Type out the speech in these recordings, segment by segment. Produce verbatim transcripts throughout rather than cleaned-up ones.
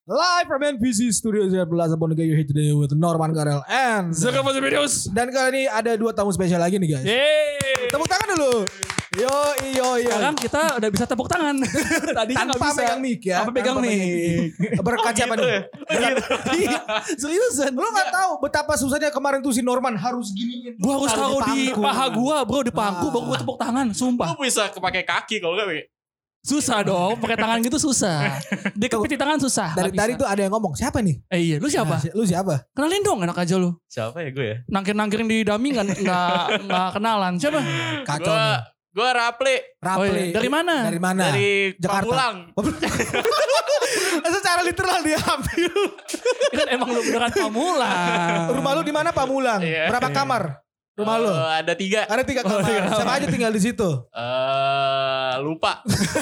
Live from N P C Studio sembilan belas upon the here today with Norman Karel and Zaka Videos. Dan kali ini ada dua tamu spesial lagi nih guys. Yeay. Tepuk tangan dulu. Yo yo yo. Sekarang kita udah bisa tepuk tangan. Tadi tanpa pegang mic ya. Tanpa pegang mic. Berkat siapa nih? Iya. Seriusan. Lo gak tahu betapa susahnya kemarin tuh si Norman harus giniin. Gua harus taruh di pangku. paha gua, bro, di pangku Ah. baru gua tepuk tangan, sumpah. Lu bisa kepake kaki kalau enggak. Susah dong, pakai tangan gitu susah. Di kepiti tangan susah. Dari nggak tadi bisa. tuh ada yang ngomong, siapa nih? Eh iya, lu siapa? Nah, si- lu siapa? Kenalin dong, enak aja lu. Siapa ya gue ya? Nangkir-nangkirin di dami nggak nggak nggak kenalan. Siapa? Kacau Gua nih. gua Rapli Rapli. Oh iya. Dari mana? Dari mana? dari Jakarta. Pamulang. Secara literal diambil. Kan emang lu beneran Pamulang. Rumah lu di mana Pamulang? Iya. Berapa kamar? Rumah lu? Oh, ada tiga. Ada tiga kamar. tiga kamar. Siapa aja tinggal di situ? Eh lupa.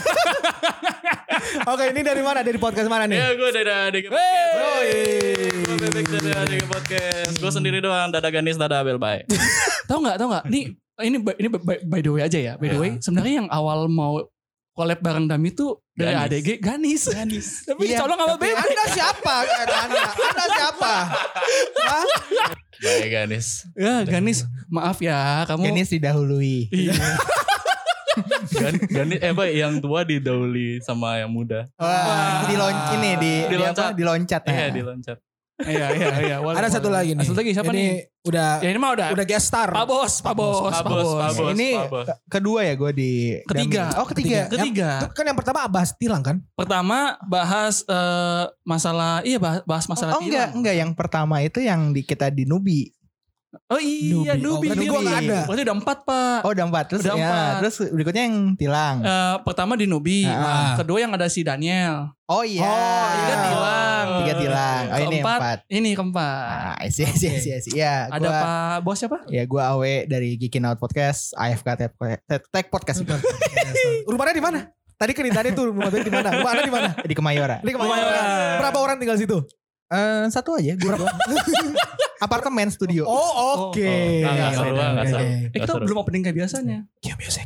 Oke, ini dari mana? Dari podcast mana nih? Ya gue dari A D G Podcast. Gue bebek dari A D G Podcast. Gue sendiri doang. Dada Ganis, Dada Abel, bye. Tahu nggak? Tahu nggak? Ini ini ini by, by the way aja ya. By the way, sebenarnya yang awal mau collab bareng Dami tuh dari Ganis. A D G Ganis. Ganis. Tapi Iya, colong sama tapi Bebek. Anda siapa? Anda, anda siapa? Hah? Bye Ganis. Ya, Ganis, maaf ya, kamu. Ganis didahului. Iya. Gan, Ganis eh Bay, yang tua didahului sama yang muda. Wah, di lon ini di di Diloncat. apa? Diloncat. Iya, Nah. diloncat. Iya, iya, iya. Walau- Ada satu lagi nih. Satu lagi siapa ini nih? Udah Ya ini mah udah. udah guest star. Pak Bos, Pak Bos, Pak Pak Bos, Bos. Pak Bos. Ini Bos. ke- kedua ya gue di Ketiga. Dami. Oh ketiga. Ketiga. Itu kan yang pertama Abbas Tilang kan? Pertama bahas eh, masalah, iya bahas, bahas masalah Oh enggak tilang. enggak yang pertama itu yang di kita di Nubi. Oh iya, Nubi. Oh, Nubi. berarti Nubi. gua nggak ada. Berarti udah empat, Pak. Oh udah empat terus Udah ya. empat. Terus berikutnya yang tilang. Eh, pertama di Nubi, Ah. kedua yang ada si Daniel, Oh iya. Oh, tiga iya. tilang, Tiga tilang. Oh ini keempat, empat. ini keempat. Ah, sih sih sih sih. Ya, Ada gua Pak Bos siapa? ya gua Awe dari Geekin Out Podcast, A F K Tech Tech Podcast Rumahnya di mana? Tadi kan tadi tuh rumah di mana? Rumah Anda di mana? di Kemayoran. Di Kemayoran. Berapa orang tinggal situ? Eh satu aja gua. doang. Apartemen studio. Oh, oke. Oh, nggak, nggak seru, nggak seru. Eh, kita Nggak seru. belum opening kayak biasanya. Cue music.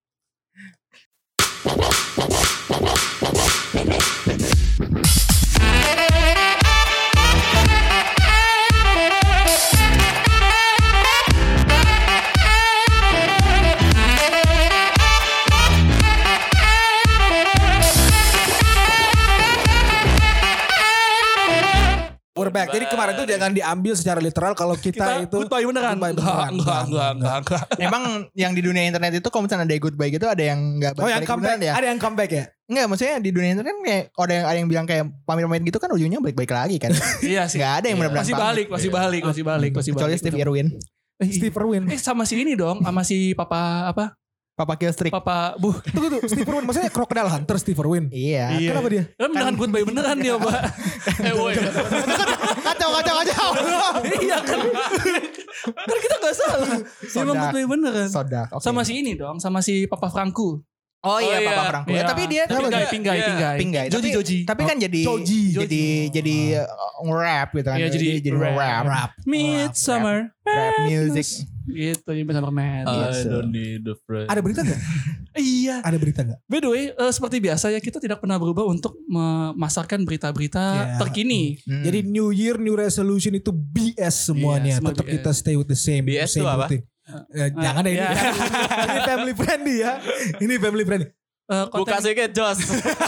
We're back. Jadi kemarin tuh jangan diambil secara literal kalau kita, Kita itu goodbye beneran. goodbye Enggak, beneran. enggak, enggak, enggak, enggak. Emang yang di dunia internet itu kalau misalnya ada goodbye gitu ada yang enggak Oh, yang comeback ya? Ada yang comeback ya? Enggak, maksudnya di dunia internet kan kayak ada yang ada yang bilang kayak pamit-pamit gitu kan ujungnya balik-balik lagi kan. Iya sih. Enggak ada yang Iya. benar-benar Masih pamit. balik, masih balik, masih balik, masih Kecuali balik. Steve Irwin, Eh, iya. Steve Irwin. Eh sama si ini dong, sama si Papa apa? Papa Killstreak. Papa Bu. Tunggu tuh, Steve Irwin maksudnya Crocodile Hunter Steve Irwin. Iya. Iya. Kenapa dia? Kan beneran goodbye beneran dia, Pak. Eh woi. Kacau kacau kacau. Iya kan. Kan kita enggak salah. Dia emang Sodak. goodbye beneran. Sodak. oke. Sama si ini dong, sama si Papa Franco. Oh iya, Oh iya. Papa Franco. Iya. Tapi dia Tapi pinggai, pinggai, Iya. pinggai. Pinggai. Joji, Tapi- Joji. Tapi kan jadi Joji. jadi jadi uh, nge-rap gitu kan. Iya, jadi jadi rap. rap. Rap. Midsummer. Rap music. Gitu, ya Midsummer Madness. I don't need the friend. Ada berita nggak? Iya. Ada berita nggak? By the way, eh, seperti biasa ya kita tidak pernah berubah untuk memasarkan berita-berita Iya. terkini. Hmm. Jadi New Year New Resolution itu B S semuanya. Iya, semua Tetap B S. kita stay with the same. B S same itu apa? routine. Eh, jangan deh ini. Iya. Ini family friendly ya. Ini family friendly. Eh, konten- Buka sedikit Jos.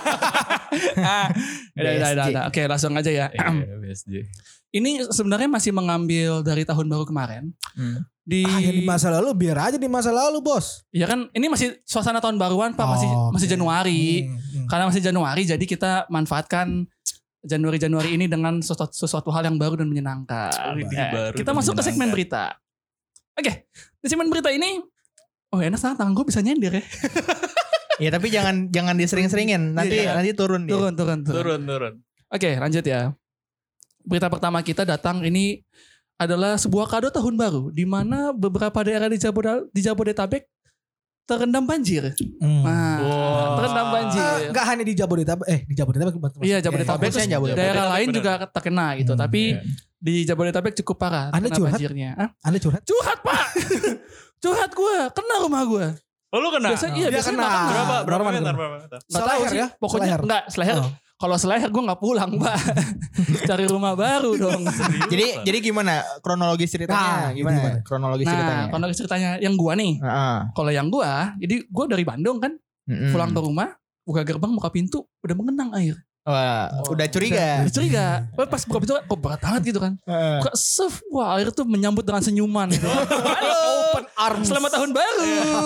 Ah, udah, udah, udah, udah. Oke, langsung aja ya. Iya, B S J. Ini sebenarnya masih mengambil dari tahun baru kemarin. Hmm. Di Ah, yang di masa lalu biar aja di masa lalu, Bos. ya kan ini masih suasana tahun baruan Pak, masih Oh, masih oke. Januari. Hmm, hmm. Karena masih Januari jadi kita manfaatkan Januari-Januari ini dengan sesuatu, sesuatu hal yang baru dan menyenangkan. Widih, Eh, baru kita dan masuk ke segmen menyenangkan. berita. Oke, di segmen berita ini oh enak sangat tangan gue bisa nyender ya. Ya tapi jangan jangan disering-seringin. Nanti Iya. nanti turun dia. Turun, turun, turun. Turun, turun. Oke, lanjut ya. Berita pertama kita datang ini adalah sebuah kado tahun baru di mana beberapa daerah di Jaboda- di Jabodetabek terendam banjir. Hmm. Nah, Wow. terendam banjir. Eh, nggak hanya di Jabodetabek, eh di Jabodetabek. Iya, Jabodetabek fokusnya terus Jabodetabek. daerah lain bener. juga terkena gitu, Hmm, tapi iya. di Jabodetabek cukup parah Anda kena curhat? banjirnya. Hah? Anda curhat? Curhat, Pak. Curhat gue, kena rumah gue. Oh lu kena? Biasanya iya, Dia biasanya kena. nggak kena. Berapa? Berapa Norman meter? kena. Berapa meter? Nggak tahu Seleher sih, ya? pokoknya Seleher. enggak seleher. Oh. Kalau Selayar gue nggak pulang, Pak. Cari rumah baru dong. Jadi jadi gimana kronologis ceritanya? Nah, gimana? gimana? Kronologis ceritanya? Nah, kalau ceritanya yang gua nih. Heeh. Kalau yang gua, jadi gua dari Bandung kan, Mm-mm. pulang ke rumah, buka gerbang, buka pintu, udah mengenang air. Wah, Oh. udah curiga. Udah curiga. Pas buka pintu, kok berat banget gitu kan. Heeh. Buka sef, wah air tuh menyambut dengan senyuman gitu. Halo, Open arms. selamat tahun baru.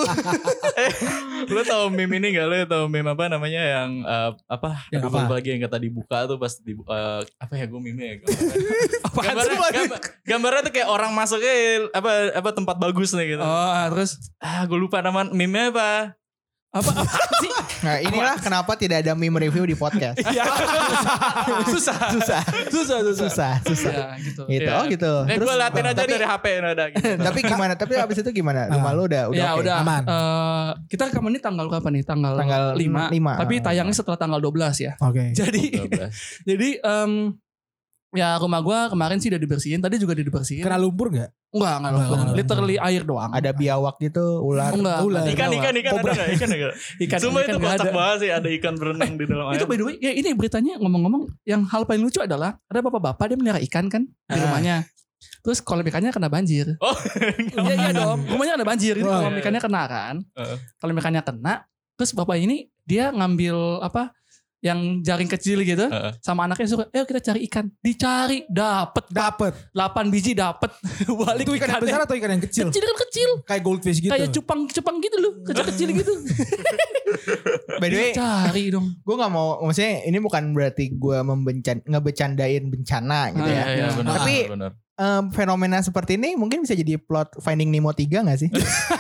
Lu tau meme ini gak? Lu tau meme apa namanya yang uh, apa? Yang Aduh, apa? gua lagi yang kata dibuka tuh pas di uh, apa ya gue meme ya? Apaan Gambarnya, sih? gambar, gambarnya tuh kayak orang masuknya apa apa tempat bagus nih gitu. Oh, terus Ah, gue lupa nama meme apa. apa apa sih? Nah, inilah kenapa tidak ada meme review di podcast. Ya. susah. Susah. Susah, susah. Susah, susah. Ya, gitu. Gitu. Iya. Oh gitu. Eh gue liatin aja tapi, dari H P ada gitu. tapi gimana? Tapi abis itu gimana? Rumah lu udah udah ya oke? udah aman. eh, kita rekaman ini tanggal berapa nih? Tanggal, Tanggal lima. lima. Tapi tayangnya setelah tanggal dua belas ya. Oke. Jadi jadi em, ya rumah gua kemarin sih udah dibersihin, tadi juga udah dibersihin. Kena lumpur nggak? Enggak, enggak Enggak, lumpur. enggak. Literally air doang. Ada biawak gitu, ular. Enggak, Ular. enggak ada Ikan biawak. ikan ikan ada gak? Ikan ada. Ikan Cuma ikan itu nggak kocak ada. banget sih ada ikan berenang di dalam air. Itu by the way, ya ini beritanya ngomong-ngomong yang hal paling lucu adalah ada bapak-bapak dia melihara ikan kan di Ah. rumahnya. Terus kolam ikannya kena banjir. Oh. Iya iya dong. Rumahnya kena banjir. Jadi Wah. kolam ikannya kena kan. Heeh. Kolam ikannya kena. Terus bapak ini dia ngambil apa? Yang jaring kecil gitu. Heeh. Sama anaknya suka, ayo kita cari ikan. Dicari, dapet. Dapet. delapan biji dapet. Balik Itu ikan yang ikannya. besar atau ikan yang kecil? Kecil kan kecil. Kayak goldfish gitu. Kayak cupang-cupang gitu loh. Kecil-kecil gitu. By the way, Cari dong. gue nggak mau, maksudnya ini bukan berarti gue membencan, ngebecandain bencana gitu Ah, ya. Iya iya benar. Tapi- benar. Em, fenomena seperti ini mungkin bisa jadi plot Finding Nemo tiga gak sih?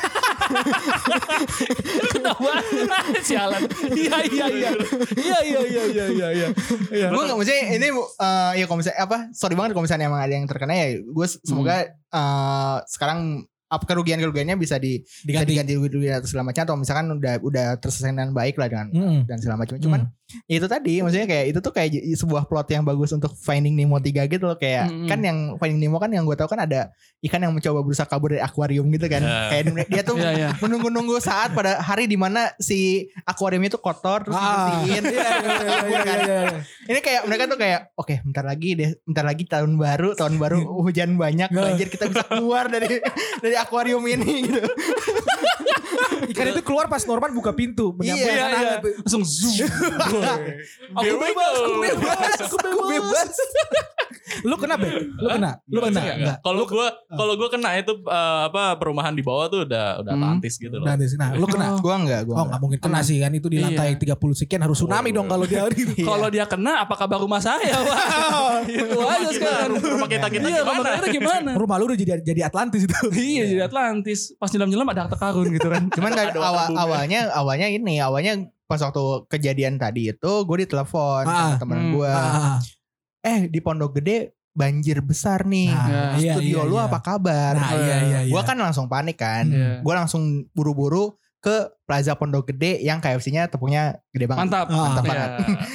Kenapa? Sialan. Iya iya iya. Iya iya iya iya iya iya. Iya. Gue gak maksudnya ini eh, ya kalau misalnya apa, sorry banget kalau misalnya emang ada yang terkena ya. Gue semoga eh, sekarang apa kerugian-kerugiannya bisa di bisa Diganti. diganti rugi atau segala macam, atau misalkan udah udah terselesaikan dengan baik lah dengan Mm-mm. dan segala macam. Cuman ya itu tadi maksudnya kayak itu tuh kayak j- sebuah plot yang bagus untuk Finding Nemo tiga gitu loh, kayak Mm-mm. kan yang Finding Nemo kan yang gue tahu kan ada ikan yang mencoba berusaha kabur dari akuarium gitu kan. Ya. Kayak dia tuh Iya iya. menunggu-nunggu saat pada hari dimana si akuariumnya tuh kotor terus Ah. dibersihin. Iya, iya, iya, iya, iya, iya. Ini kayak mereka tuh kayak oke bentar lagi deh, bentar lagi tahun baru, tahun baru hujan banyak, banjir, kita bisa keluar dari dari akuarium ini gitu. Ikan itu keluar pas Norman buka pintu. menyambut Iya, anak-anak iya. tuh. Langsung zoom. Aku bebas, aku bebas, aku Aku bebas. Lu kena Bek? Lu kena? Lu kena? Enggak. Enggak. Kalau gue kalau gue kena itu eh, apa perumahan di bawah tuh udah udah Hmm. Atlantis gitu loh. Nanti, nah, lu kena? Gua enggak, gua Oh nggak mungkin kena sih kan, itu di lantai Iya. tiga puluh sekian harus tsunami Oh, dong kalau dia itu. Kalau dia kena, apa kabar rumah saya? Wah, itu aja sekarang. Rumah kita kita Iya, rumah gimana? kita gimana? Rumah lu udah jadi jadi Atlantis itu. Iya, jadi Atlantis. Pas nyelam-nyelam ada harta karun gitu kan. Cuman Ada tadi water awal, boom. awalnya awalnya ini awalnya pas waktu kejadian tadi itu gue ditelepon Ah, sama temen hmm, gue. Ah, Eh di Pondok Gede banjir besar nih. nah, iya, Studio iya, lu iya. apa kabar? Nah, iya, iya, iya. Gue kan langsung panik kan. Iya. Gue langsung buru-buru ke Plaza Pondok Gede yang K F C-nya tepungnya gede banget. Mantap. Ah. Mantap Iya. banget.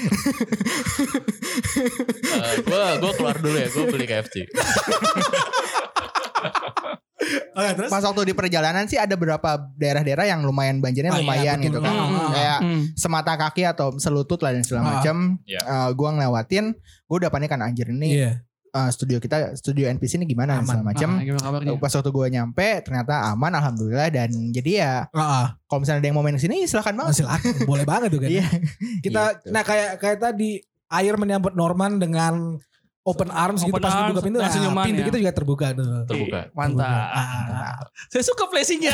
Gue gue keluar dulu ya, gue beli K F C. Oke, terus? Pas waktu di perjalanan sih ada beberapa daerah-daerah yang lumayan banjirnya Ah, iya, lumayan betul. gitu kan. Ah, ah, Kayak Hmm. semata kaki atau selutut lah dan segala Ah. macam. Iya. Eh, gua ngelewatin, gue udah panik kan anjir ini Iya. eh, studio kita, studio N P C ini gimana dan Aman. segala macam. Ah, gimana kabarnya? Pas waktu gue nyampe ternyata aman alhamdulillah, dan jadi ya Ah, ah. kalau misalnya ada yang mau main kesini silahkan banget. Silakan, boleh banget tuh kan. Iya. Kita Gitu. nah kayak kayak tadi air menyambut Norman dengan open arms gitu Open pas arms, dibuka pintu. dan Nah, senyuman pintu ya. kita juga terbuka tuh. Terbuka. Mantap. Ah. Saya suka flashingnya.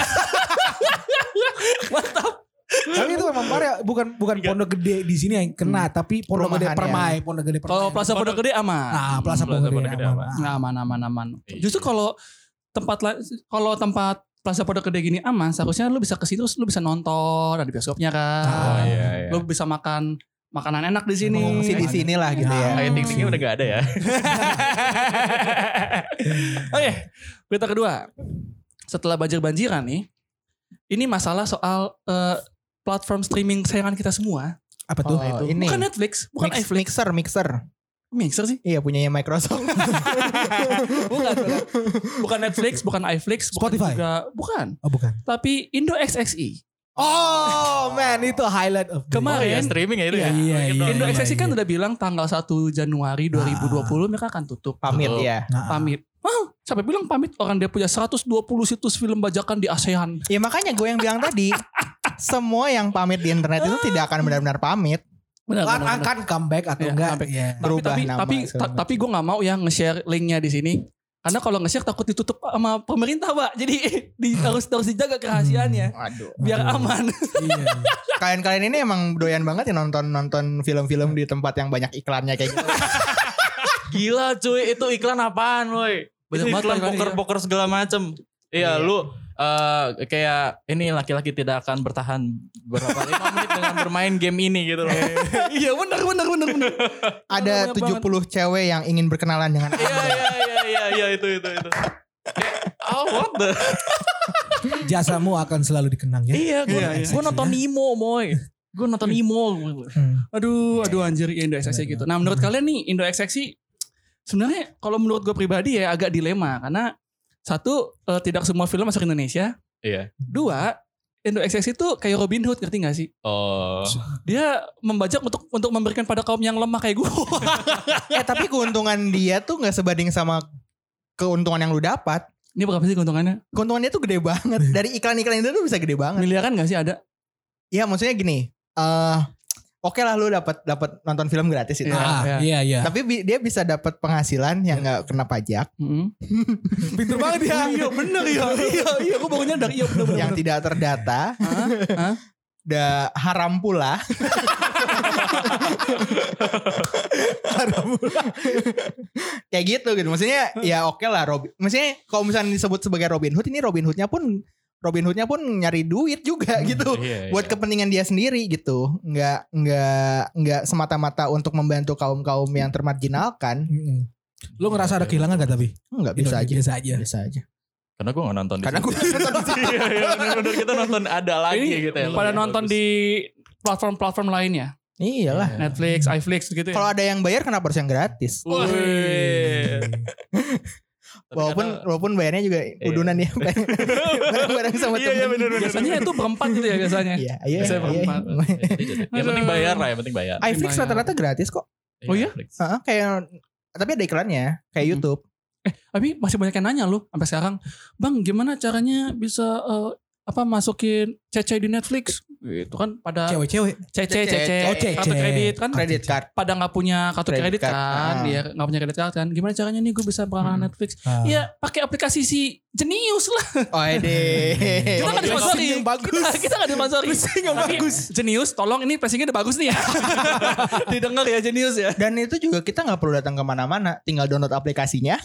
Mantap. Tapi itu memang parah, bukan bukan Pondok Gede di sini yang kena, tapi Pondok Gede Perumahan Permai, Pondok Gede Permai. Kalau Plaza Pondok Gede aman. Nah, Plaza Plaza Pondok Pondok Gede Gede aman. aman. Nah, aman aman aman. Iya. Justru kalau tempat la- kalau tempat Plaza Pondok Gede gini aman, seharusnya lu bisa ke situ, terus lu bisa nonton ada bioskopnya kan. Oh iya iya. Lu bisa makan makanan enak di sini. Mengungsi di sini lah gitu ya. Kayak ting-tingnya udah gak ada ya. Oke, berita kedua. Setelah banjir-banjiran nih, ini masalah soal eh, platform streaming kesayangan kita semua. Apa tuh? Oh, ini Bukan Netflix, bukan Mix- iFlix. mixer, mixer. Mixer sih? Iya punyanya Microsoft. Bukan, bukan. Bukan Netflix, bukan iFlix, bukan Spotify? juga, bukan. Oh, bukan. Tapi Indo X X I. Oh man, itu highlight of the Kemarin- Oh iya, streaming ya itu Iya, ya. iya, Gitu. iya. Indo Eksesi kan udah bilang tanggal satu Januari dua ribu dua puluh mereka akan tutup. Pamit Betul. ya. Nah, Pamit. Ah, sampai bilang pamit orang dia punya seratus dua puluh situs film bajakan di ASEAN. Ya makanya gue yang bilang tadi, semua yang pamit di internet itu tidak akan benar-benar pamit. Benar, Kan benar, benar. akan comeback atau Iya, enggak? comeback. Iya. Tapi Berubah tapi nama, tapi, segala ta- macam. tapi gue nggak mau ya nge-share linknya di sini. Karena kalau nge-share takut ditutup sama pemerintah, Pak. Jadi di, harus harus dijaga kerahasiaannya Waduh. biar aman. Iya. Kalian-kalian ini emang doyan banget ya nonton-nonton film-film di tempat yang banyak iklannya kayak gitu. Gila cuy, itu iklan apaan woi? Banyak Itu banget iklan iklannya, poker-poker segala macem. Iya, Iya. lu eh, kayak ini laki-laki tidak akan bertahan berapa lima menit dengan bermain game ini gitu loh. Iya benar benar benar benar. Ada Banyak tujuh puluh cewek yang ingin berkenalan dengan Iya iya iya iya iya itu itu itu. Kayak, oh what the? Jasamu akan selalu dikenang ya. Iya, gue Iya, iya. gue nonton Nemo, moy. Gue nonton Nemo. Hmm. Aduh aduh anjir ya Indo Eksesi gitu. Nah menurut kalian nih Indo Eksesi sebenarnya kalau menurut gue pribadi ya agak dilema karena satu eh, tidak semua film masuk Indonesia. Iya. Dua Indo Eksesi itu kayak Robin Hood, ngerti gak sih? Oh. Dia membajak untuk untuk memberikan pada kaum yang lemah kayak gue. Eh tapi keuntungan dia tuh gak sebanding sama keuntungan yang lu dapat. Ini berapa sih keuntungannya? Keuntungan dia tuh gede banget. Dari iklan-iklan itu tuh bisa gede banget. Miliaran gak sih ada? Iya maksudnya gini. eh Oke lah lu dapat dapat nonton film gratis itu. Iya. Ah, iya iya. Tapi bi- dia bisa dapat penghasilan yang gak kena pajak. Mm-hmm. Pinter banget dia. Iya bener ya. Iya iya gue baru nyadar. Iya bener bener. Yang tidak terdata. Hah? Hah? Da haram pula. haram pula. Kayak gitu gitu. Maksudnya ya oke lah Robin. Maksudnya kalau misalnya disebut sebagai Robin Hood, ini Robin Hoodnya pun Robin Hoodnya pun nyari duit juga gitu. Iya, Buat iya. kepentingan dia sendiri gitu. Nggak nggak nggak semata-mata untuk membantu kaum-kaum yang termarginalkan. Mm-mm. Lu ngerasa ada kehilangan gak tapi? Nggak bisa aja. Biasa aja. Biasa aja. Karena gue gak nonton di Karena situ. gue nonton di situ. Iya iya benar-benar kita nonton ada lagi Ini gitu ya. pada Lebih nonton bagus. di platform-platform lainnya. Iyalah. Netflix, iFlix gitu ya. Kalau ada yang bayar kenapa harus yang gratis? Wih. Tapi Walaupun kadang- walaupun bayarnya juga udunan ya. Bareng-bareng sama Iya, iya, temen. bener, bener. Biasanya itu berempat gitu ya biasanya. Iya, iya. Biasanya iya. berempat. Yang penting bayar lah, yang penting bayar. iFlix Bayar. rata-rata gratis kok. Oh iya? Netflix. Heeh, kayak tapi ada iklannya kayak Hmm. YouTube. Eh, tapi masih banyak yang nanya loh sampai sekarang. Bang, gimana caranya bisa eh, apa masukin C C di Netflix? Gitu kan pada Cewek-cewek. C C C C Oh, C C. kartu kredit kan Credit card. pada nggak punya kartu Credit kredit, card. kan, Ah. dia nggak punya kredit card kan. Gimana caranya nih gue bisa berlangganan Hmm. Netflix? Ah. Ya pakai aplikasi si Genius lah. Oh, deh. Kita nggak disponsori. yang bagus. Kita, kita nggak disponsori. yang Tapi bagus. Genius, tolong ini pressingnya udah bagus nih ya. Didengar ya Genius ya. Dan itu juga kita nggak perlu datang kemana-mana, tinggal download aplikasinya,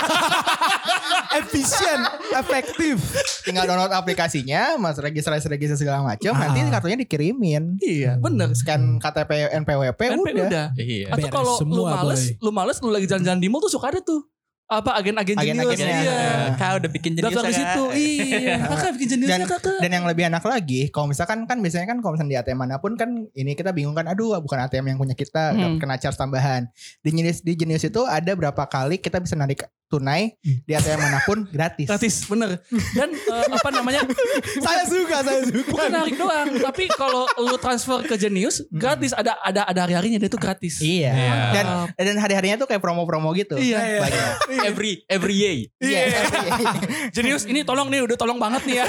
Efisien, efektif. tinggal download aplikasinya, mas registrasi-registrasi segala macam, Ah. nanti kartunya dikirimin, Iya, bener. scan K T P N P W P N P udah. udah. Iya. Atau Beres kalau lu semua, males, boy. lu males lu lagi jalan-jalan di mall tuh suka ada tuh apa agen-agen Genius. Agen-agennya. Iya. Kau udah bikin jenis Daftar di situ. Iya. Kakak bikin Dan jenisnya kakak. dan yang lebih enak lagi, kalau misalkan kan biasanya kan kalau misalnya di A T M manapun kan ini kita bingung kan, aduh bukan A T M yang punya kita, Hmm. kena charge tambahan. Di jenis di jenis itu ada berapa kali kita bisa narik tunai di A T M manapun gratis. Gratis, bener. Dan eh, apa namanya? Saya suka, saya suka. Bukan narik doang, tapi kalau lu transfer ke Genius gratis, ada ada ada hari-harinya dia tuh gratis. Iya. Iya. Dan dan hari-harinya tuh kayak promo-promo gitu. Iya. Banyak. Every every year. Iya. Genius ini tolong nih, udah tolong banget nih ya.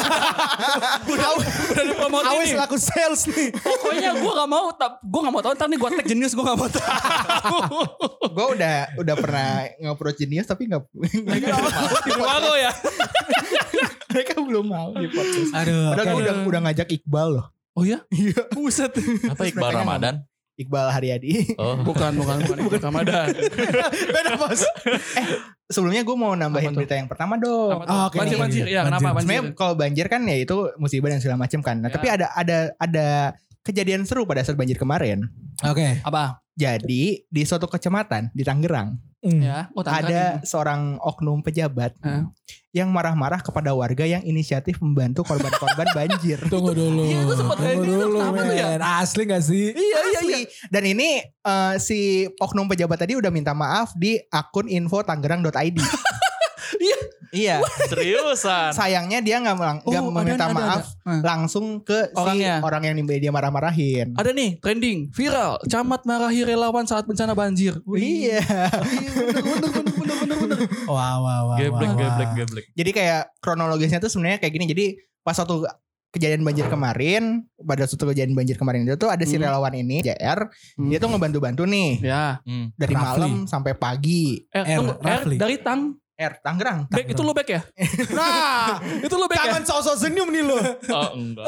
udah udah dipromotin Awas nih. laku sales nih. Pokoknya gue gak mau, tak, gue gak mau tahu. Ntar nih gue tag Genius, gue gak mau tahu. Gue udah udah pernah nge-approach Genius tapi nggak mereka belum mau di podcast. Waduh ya. Mereka belum mau di podcast. Aduh. Padahal gue udah udah ngajak Iqbal loh. Oh ya? Iya. Buset. Apa Iqbal mereka Ramadan? Iqbal Haryadi. Oh. Bukan, bukan, bukan. Bukan Ramadan. Beda bos. Sebelumnya gue mau nambahin Apa tuh? berita yang pertama dong. Apa tuh? Oh, oke. Banjir, banjir. Ya, Banjir. kenapa banjir? Sebenarnya kalau banjir kan ya itu musibah dan segala macam kan. Nah, Ya. tapi ada ada ada kejadian seru pada saat banjir kemarin. Oke. Apa? Jadi di suatu kecamatan di Tangerang Hmm. Ya, oh, Tangerang ada ini. seorang oknum pejabat Hah? yang marah-marah kepada warga yang inisiatif membantu korban-korban banjir. Tunggu dulu. Iya, itu sempat Tunggu kayak gitu. dulu, Kenapa tuh ya? men. Asli gak sih? Iya iya iya. Dan ini eh, si oknum pejabat tadi udah minta maaf di akun info tangerang dot i d. Iya. Iya. Seriusan. Sayangnya dia nggak melang- nggak Oh, ada, meminta ada, maaf ada. Nah. langsung ke Orangnya. si orang yang dia marah-marahin. Ada nih trending viral, camat marahi relawan saat bencana banjir. Wih. Iya. Bener bener bener bener bener. Wah, wah, wah. Geblek, wah, geblek, wah. geblek. Jadi kayak kronologisnya tuh sebenarnya kayak gini. Jadi pas waktu kejadian banjir kemarin, pada suatu kejadian banjir kemarin itu tuh ada si Hmm. relawan ini, J R, Hmm. dia tuh ngebantu-bantu nih Ya. Hmm. dari Rafli. malam sampai pagi. Eh, R, tunggu, R Rafli. dari Tang. R Tangerang. Back itu lo back ya? Nah, Itu lo back ya? jangan sosok senyum nih lo. Oh enggak.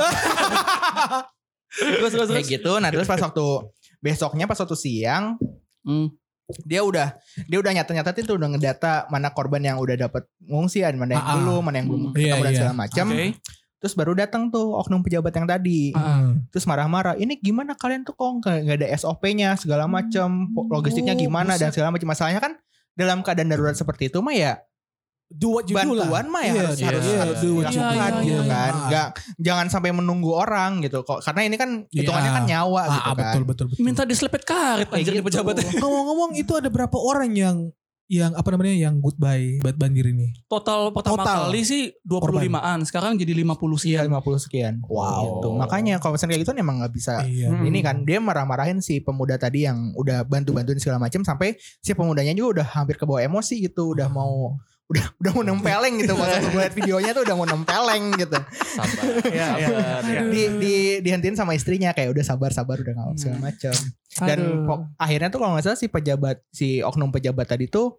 Terus terus Kayak gitu. Nah terus pas waktu besoknya pas waktu siang Hmm. dia udah dia udah nyata-nyatain tuh udah ngedata mana korban yang udah dapat pengungsian, mana yang Ah, ah. belum, mana yang belum Hmm. ketemu Iya, dan iya. segala macam. Oke. Terus baru datang tuh oknum pejabat yang tadi. Ah. Terus marah-marah, ini gimana kalian tuh kok nggak nggak ada S O P-nya segala macam, po- logistiknya Oh, gimana dan buset. segala macam. Masalahnya kan dalam keadaan darurat seperti itu mah ya Do what you do lah. bantuan mah ya Iya, harus iya, harus iya, harus do what you Iya, do. dilakukan iya, gitu iya. kan. Ah. Nggak jangan sampai menunggu orang gitu kok. Karena ini kan hitungannya Iya. kan nyawa Ah, gitu ah, kan. betul, betul, betul. Minta diselepet karet Kayak anjir di gitu. pejabatnya. Ngomong-ngomong itu ada berapa orang yang yang apa namanya yang goodbye buat banjir ini? Total pertama Total. kali sih dua puluh limaan, sekarang jadi lima puluh Iya sekian. lima puluh sekian. Wow. Gitu. Makanya kalau misalnya kayak gitu emang nggak bisa. Iya. Hmm. Ini kan dia marah-marahin si pemuda tadi yang udah bantu-bantuin segala macam sampai si pemudanya juga udah hampir kebawa emosi gitu, udah mau udah udah mau nempeleng gitu. Pas aku lihat videonya tuh udah mau nempeleng gitu. Sabar. Iya, iya. Sabar. ya. Di di dihentiin sama istrinya kayak udah sabar-sabar udah nggak segala macam. Dan Aduh. po- akhirnya tuh kalau nggak salah si pejabat si oknum pejabat tadi tuh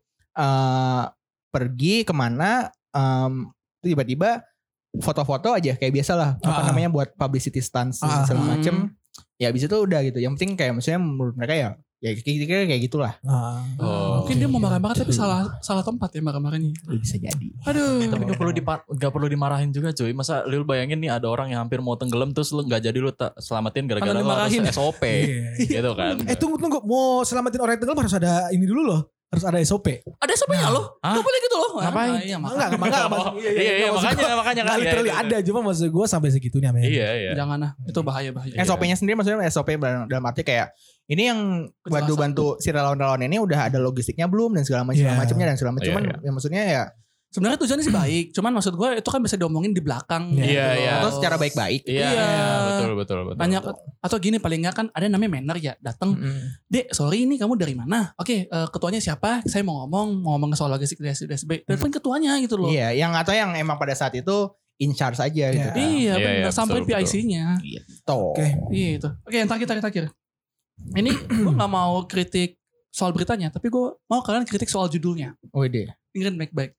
eh pergi kemana em, tiba-tiba foto-foto aja kayak biasa lah apa Ah. namanya buat publicity stunts Ah. segala Hmm. macem. Ya abis itu udah gitu. Yang penting kayak maksudnya menurut mereka ya ya kira-kira kayak gitulah. Ah. Oh, Mungkin dia mau marah-marah tapi salah salah tempat ya marah-marahnya. Bisa jadi. Aduh. Tapi gak perlu dipa- gak perlu dimarahin juga cuy. Masa lu bayangin nih ada orang yang hampir mau tenggelam terus lu gak jadi lu tak selamatin gara-gara Karena lu harus dimarahin. S O P. Iya. Gitu kan. Eh tunggu tunggu mau selamatin orang yang tenggelam harus ada ini dulu loh. Harus ada S O P. Ada siapa loh? Hah? Gak boleh gitu loh. Ngapain? Ah, iya, makanya. Enggak, enggak, enggak. Oh, iya iya maksud makanya gua- makanya Enggak kan. literally Iya, ada, cuma maksud gue sampai segitunya men. Iya iya. Jangan lah, itu bahaya bahaya. Iya. S O P-nya sendiri maksudnya S O P dalam dalam arti kayak ini yang Kejelasan. bantu-bantu si relawan-relawan ini udah ada logistiknya belum dan segala macam Iya. macamnya dan segala macam. Iya, Cuman iya. ya maksudnya ya Sebenarnya tujuannya sih baik, cuman maksud gue itu kan bisa diomongin di belakang. Iya, gitu iya. loh. atau secara baik-baik. Iya, Iya. iya, betul betul betul. Banyak atau gini paling nggak kan ada yang namanya manner ya datang, Mm-mm. Dek sorry ini kamu dari mana? Oke eh, ketuanya siapa? Saya mau ngomong mau ngomong soal logistik D S B. Dan kan ketuanya gitu loh. Iya, yang atau yang emang pada saat itu in charge aja gitu. Iya. kan. Iya, Iya, benar. iya, Sampai betul, P I C-nya. Tuh. Oke. Iya itu. Oke, yang terakhir, terakhir, terakhir. Ini gue nggak mau kritik soal beritanya, tapi gue mau kalian kritik soal judulnya. Oh deh. Dengerin baik-baik.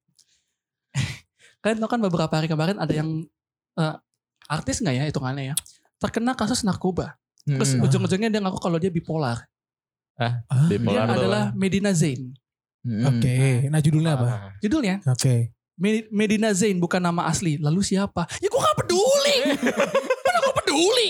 Kalian tahu kan beberapa hari kemarin ada yang eh, artis nggak ya hitungannya ya terkena kasus narkoba. Terus Mm-mm. ujung-ujungnya dia ngaku kalau dia bipolar. Ah, Dia Bipolar tuh adalah Medina Zain. Mm-mm. Oke. Nah judulnya apa? Ah. Judulnya Oke. Me- Medina Zain bukan nama asli. Lalu siapa? Ya gue gak peduli. Mana gue peduli.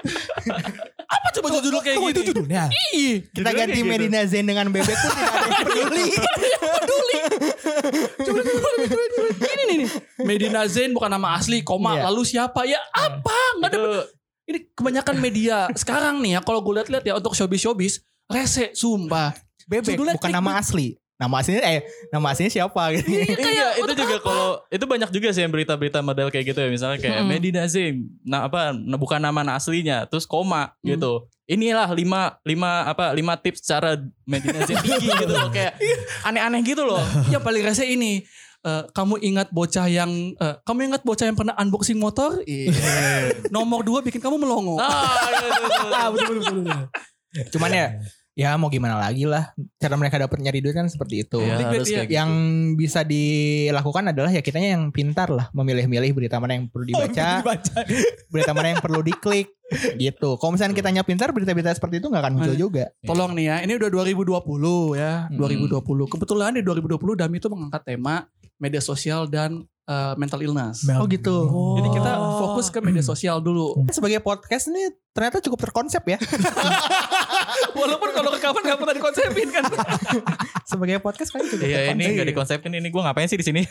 Apa coba judul kayak Oh, gini? itu judulnya. Ih, Kita Judulnya ganti kayak gitu. Medina Zain dengan bebek pun tidak ada yang peduli. peduli. Coba ini nih nih. Medina Zain bukan nama asli, koma. Iya. Lalu siapa? Ya apa? Gak ada. Itu Ini kebanyakan media sekarang nih ya. Kalau gue lihat-lihat ya untuk showbiz-showbiz rese, sumpah. Bebek Judulnya bukan clickbait. nama asli. Nama aslinya eh nama aslinya siapa gitu. Iya, itu juga kalau itu banyak juga sih yang berita-berita model kayak gitu ya, misalnya kayak Mm-mm. Medina Zain, nah apa, nah, bukan nama aslinya, terus koma Mm. gitu. Inilah lima lima apa lima tips cara Medina Zain tinggi gitu loh, kayak aneh-aneh gitu loh. Yang paling rese ini. eh, kamu ingat bocah yang eh, kamu ingat bocah yang pernah unboxing motor? Iya. Nomor dua bikin kamu melongo. Ah, gitu, gitu. Ah, betul betul betul. betul. Cuman ya ya mau gimana lagi lah. Cara mereka dapat nyari duit kan seperti itu. Iya, Clickbait, harus iya. kayak gitu. Yang bisa dilakukan adalah ya kitanya yang pintar lah memilih-milih berita mana yang perlu dibaca, Dibaca. berita mana yang perlu diklik gitu. Kalau misalnya kitanya pintar berita-berita seperti itu nggak akan muncul juga. Tolong nih ya, ini udah dua ribu dua puluh ya, Hmm. dua ribu dua puluh. Kebetulan di dua ribu dua puluh Dami itu mengangkat tema media sosial dan eh, mental illness. Mel- Oh gitu. Jadi kita fokus ke media sosial dulu. Sebagai podcast ini ternyata cukup terkonsep ya. Walaupun kalau rekaman nggak pernah dikonsepin kan. Sebagai podcast kan cukup Iya, ini terkonsep. nggak dikonsepin, ini gue ngapain sih di sini?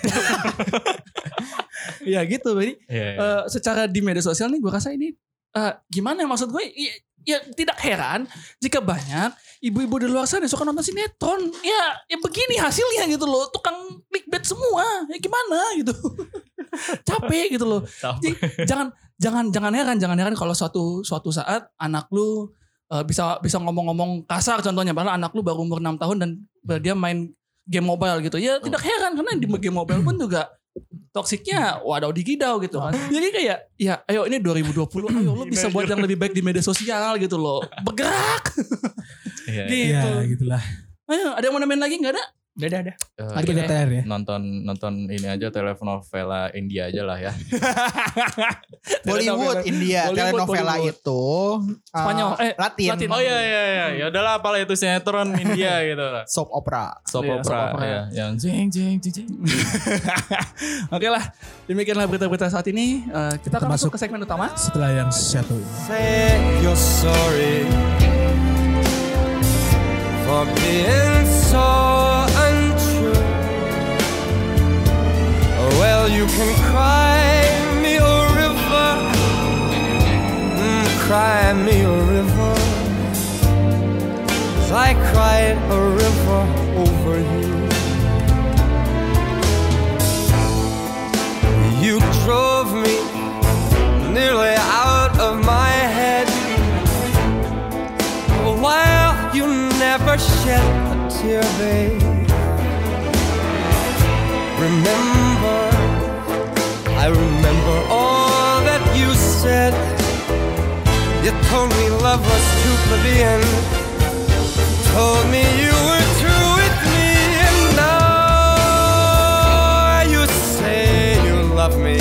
Ya gitu. Jadi Iya, iya. eh, secara di media sosial nih gue rasa ini eh, gimana ya maksud gue? i- ya tidak heran jika banyak ibu-ibu di luar sana suka nonton sinetron. Ya, ya begini hasilnya gitu loh. Tukang clickbait semua. Ya gimana gitu. Capek gitu loh. Jadi, jangan jangan jangan heran, jangan heran kalau suatu suatu saat anak lu uh, bisa bisa ngomong-ngomong kasar contohnya, padahal anak lu baru umur enam tahun dan dia main game mobile gitu. Ya tidak heran karena di game mobile pun juga toksiknya waduh digidau gitu kan. Jadi kayak ya ayo ini dua ribu dua puluh ayo lo bisa buat yang lebih baik di media sosial gitu loh. Bergerak. Iya, gitu. Ya gitulah. Ayo ada yang mau nemenin lagi enggak ada? Udah, udah, udah. Eh, Lagi T R ya. nonton nonton ini aja telenovela India aja lah ya. Bollywood, India, Bollywood, telenovela Bollywood. itu uh, Spanyol, eh, Latin. Latin. Oh iya iya iya, ya udahlah apalah itu sinetron India gitu lah. Soap opera. Soap Iya, opera, soap opera. ya, yang jeng jeng jeng jeng. Oke lah, demikianlah berita-berita saat ini. Uh, kita akan masuk Masuk. ke segmen utama. Setelah yang satu ini. Say you're sorry for being so untrue. Well, you can cry me a river, mm, cry me a river, 'cause I cried a river over you. You drove me nearly out of my head, while you never shed a tear, babe. Remember, I remember all that you said. You told me love was too plebeian, told me you were true with me, and now you say you love me.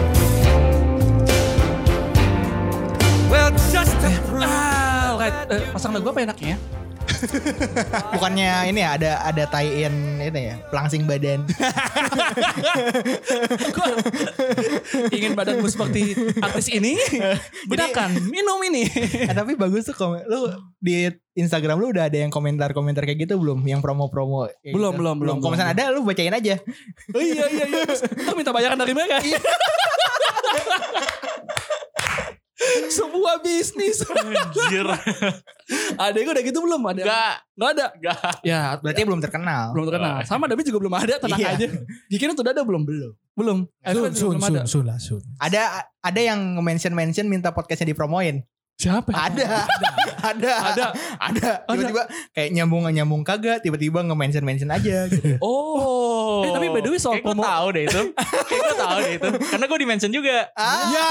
Well, just to prove. Ah, alright. Uh, pasang lagu apa enaknya ya? Bukannya ini ya ada ada tie-in ini ya, pelangsing badan. Gua ingin badanmu seperti artis ini. Gunakan minum ini. Eh, tapi bagus tuh komen. Lu di Instagram lu udah ada yang komentar-komentar kayak gitu belum? Yang promo-promo kayak Belum, gitu? belum, belum, Kalau misalnya ada lu bacain aja. Oh iya iya iya. Terus minta bayaran dari mereka. Sebuah bisnis. Anjir. Ada yang udah gitu belum? Ada? Enggak. Enggak ada. Enggak. Ya, Berarti belum terkenal. belum terkenal. Sama Dabi juga belum ada, tenang Iya. aja. Gikira sudah ada belum? Belum. Belum. Sun, Elvan juga sun, belum sun, ada. sun lah, sun. Ada ada yang nge-mention-mention minta podcastnya dipromoin. Siapa? Ada. ada. Ada. Ada. Tiba-tiba kayak nyambung-nyambung kagak, tiba-tiba nge-mention-mention aja gitu. Oh. Eh, tapi by the way soal Kayak gue promo- tahu deh itu. Kayak gue tahu deh itu. Karena gue di-mention juga. Ah. Ya.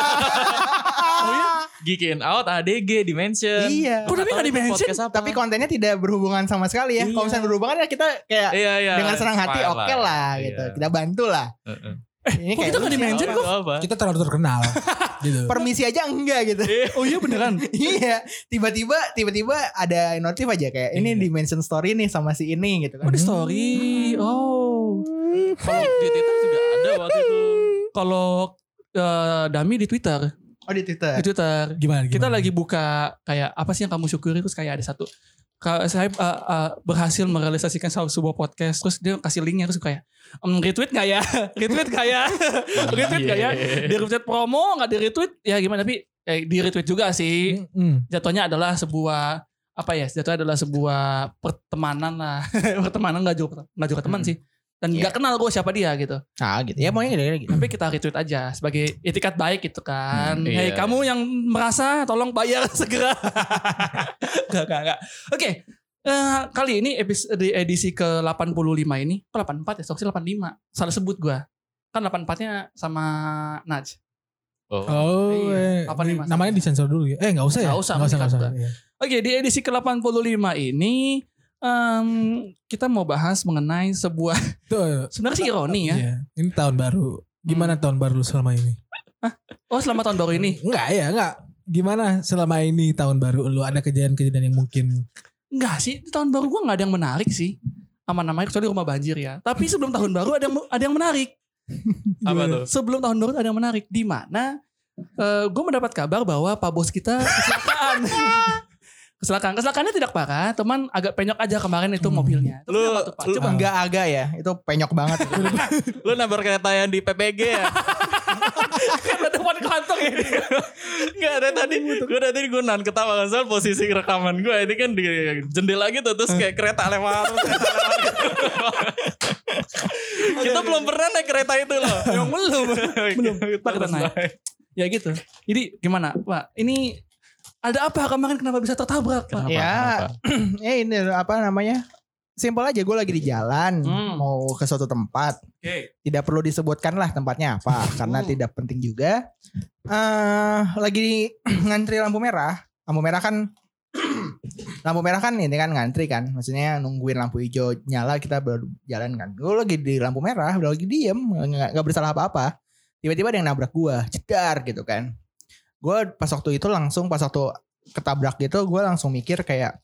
Oh iya? Geek in Out A D G di-mention. Iya. Kok tapi nggak di-mention? Podcast apa? Tapi kontennya tidak berhubungan sama sekali ya. Kalau Iya. misalnya berhubungan ya kita kayak Iya, iya. dengan senang hati Fine oke lah gitu. Iya. Kita bantu lah. Heeh. Ini kok kita nggak lu di-mention siapa? kok? Apa, apa? Kita terlalu terkenal. gitu. Permisi aja enggak gitu. Oh iya beneran. Iya, tiba-tiba tiba-tiba ada notif aja kayak ini di mention story nih sama si ini gitu Oh kan. di story. Oh. Kalau di Twitter juga ada waktu itu. Kalau eh, Dami di Twitter. Oh di Twitter. Di Twitter. Gimana, gimana? Kita lagi buka kayak apa sih yang kamu syukuri, terus kayak ada satu Ka- saya uh, uh, berhasil merealisasikan salah sebuah podcast, terus dia kasih linknya, terus kayak um, retweet nggak ya retweet nggak ya retweet nggak ya di retweet promo nggak di retweet ya gimana, tapi eh, di retweet juga sih. Mm. Jatuhnya adalah sebuah apa ya jatuhnya adalah sebuah pertemanan lah. Pertemanan nggak juga nggak juga teman Hmm. sih, dan nggak Iya. kenal gue siapa dia gitu. Nah gitu ya, pokoknya gitu gitu. Tapi kita retweet aja sebagai etikat baik gitu kan. Hmm, Hei iya. kamu yang merasa tolong bayar segera. Gak gak gak. Oke. Eh, kali ini episode di edisi ke delapan puluh lima ini. Kok delapan puluh empat ya? Soalnya delapan puluh lima. Salah sebut gua. Kan delapan puluh empatnya sama Naj. Oh. Oh, Iya. eh, Apa nih, Mas? namanya disensor dulu ya? Eh, nggak usah ya? Nggak usah, nggak usah, nggak usah. nggak Iya. Oke, di edisi ke delapan puluh lima ini em, kita mau bahas mengenai sebuah Itu, eh, sebenarnya sih ironi ya. iya. Ini tahun baru. Gimana tahun baru lu selama ini? Oh, selama tahun baru ini. Enggak ya, enggak. Gimana selama ini tahun baru lu ada kejadian-kejadian yang mungkin Enggak sih, di tahun baru gue gak ada yang menarik sih. Aman-aman kecuali rumah banjir ya. Tapi sebelum tahun baru ada yang ada yang menarik. Apa tuh? Sebelum tahun baru ada yang menarik. Di mana uh, gue mendapat kabar bahwa Pak Bos kita kecelakaan. Kecelakaan. Kecelakaannya tidak parah, teman agak penyok aja kemarin itu Hmm. mobilnya. Itu Lu- kenapa tuh, Pak? lu- Coba. Enggak agak ya, itu penyok banget. Lu nabrak kereta yang di P P G ya? Ada depan kantong ya. Enggak ada tadi. Gue tadi gue nan ketawa kan soal posisi rekaman gue ini kan di jendela gitu terus kayak kereta lewat. Terus kereta lewat gitu. Kita belum pernah naik kereta itu loh. Yang belum. Belum. Pak, kita naik. Ya gitu. Jadi gimana, Pak? Ini ada apa kemarin kenapa bisa tertabrak, Pak? Ya, ya ini apa namanya? Simpel aja, gue lagi di jalan Hmm. mau ke suatu tempat. Oke. Tidak perlu disebutkan lah tempatnya apa karena Hmm. tidak penting juga. Eh lagi ngantri lampu merah. Lampu merah kan lampu merah kan ini kan ngantri kan. Maksudnya nungguin lampu hijau nyala kita baru jalan kan. Gue lagi di lampu merah, udah lagi diem, nggak nggak bersalah apa-apa. Tiba-tiba ada yang nabrak gue, jedar gitu kan. Gue pas waktu itu langsung pas waktu ketabrak gitu, gue langsung mikir kayak,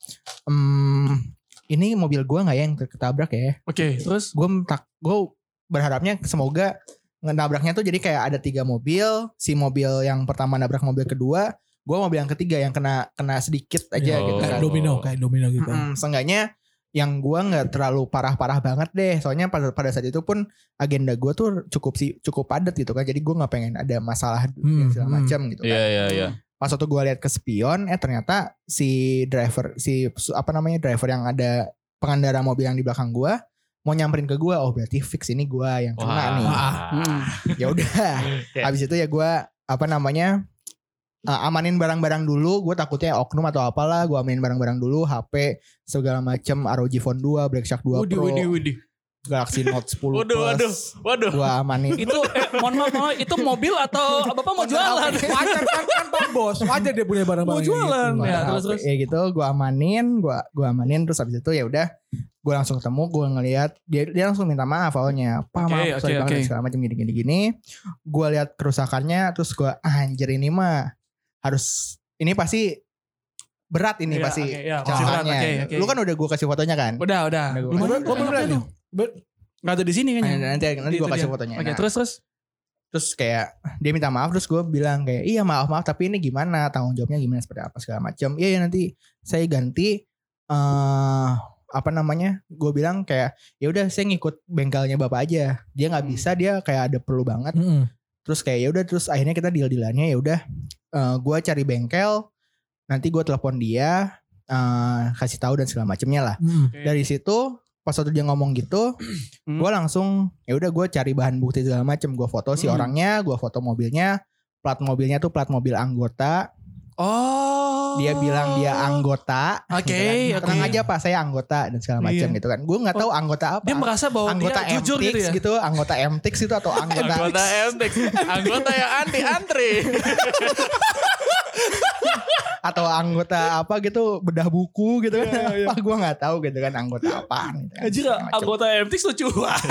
hmm, ini mobil gue nggak ya yang ketabrak ya? Oke, terus Gue tak, gue berharapnya semoga nabraknya tuh jadi kayak ada tiga mobil, si mobil yang pertama nabrak mobil kedua, gue mobil yang ketiga yang kena kena sedikit aja Oh. gitu Kayak kan. domino, kayak domino gitu. Mm-mm, seenggaknya yang gue nggak terlalu parah-parah banget deh, soalnya pada pada saat itu pun agenda gue tuh cukup sih cukup padat gitu kan, jadi gue nggak pengen ada masalah Hmm, segala hmm. macam gitu kan. Iya iya iya. Pas waktu gue lihat ke spion, eh ternyata si driver, si apa namanya driver yang ada pengendara mobil yang di belakang gue mau nyamperin ke gue, oh berarti fix ini gue yang kena nih. Hmm. Ya udah, habis itu ya gue apa namanya uh, amanin barang-barang dulu, gue takutnya oknum atau apalah, gue amanin barang-barang dulu, H P segala macem, R O G Phone dua, Black Shark dua Widih, Pro, widih, widih. Galaxy Note sepuluh Waduh waduh Plus, waduh. gue amanin. Itu eh, mohon maaf, mohon maaf, itu mobil atau Bapak mau jualan? Wajar kan kan Pak Bos, wajar dia punya barang-barang Mau jualan. gitu. Ya, H P, terus, terus. ya gitu gue amanin, gue gue amanin terus habis itu ya udah gue langsung ketemu, gue ngelihat dia dia langsung minta maaf awalnya, Oke, pak maaf sorry oke, banget oke. segala macam gini gini gini. Gue lihat kerusakannya terus gue ah, anjir ini mah harus ini pasti berat ini Iya, pasti oke, iya, pasti ceritanya. berat, oke, oke. Lu kan udah gue kasih fotonya kan. Udah, udah. Udah gua- Lumayan, gua- gua belum lihat nih. Nggak ada di sini Nah, kayaknya. nanti nanti Itu gue kasih dia. fotonya. Oke, Nah, terus terus. terus kayak dia minta maaf terus gue bilang kayak iya maaf maaf tapi ini gimana tanggung jawabnya gimana seperti apa segala macam. Iya ya nanti saya ganti eh apa namanya gue bilang kayak ya udah saya ngikut bengkelnya bapak aja, dia nggak Hmm. bisa, dia kayak ada perlu banget. Mm-mm. Terus kayak ya udah terus akhirnya kita deal dealannya ya udah eh, gue cari bengkel, nanti gue telepon dia eh, kasih tahu dan segala macamnya lah. Mm-mm. Oke. Dari situ pas waktu dia ngomong gitu, Hmm. gue langsung ya udah gue cari bahan bukti segala macem, gue foto si Hmm. orangnya, gue foto mobilnya, plat mobilnya tuh plat mobil anggota. Oh. Dia bilang dia anggota. Oke, gitu kan. Tenang oke. aja pak, saya anggota dan segala macam Iya. gitu kan. Gue nggak tahu anggota apa. Dia merasa bahwa anggota dia jujur M T X gitu ya. gitu, anggota M T X itu atau anggota Anggota M T X, anggota yang anti antri. atau anggota apa gitu, bedah buku gitu kan. Apa gue nggak tahu gitu kan anggota apaan gitu kan. Anjir, Segala macem. anggota M T X lucu.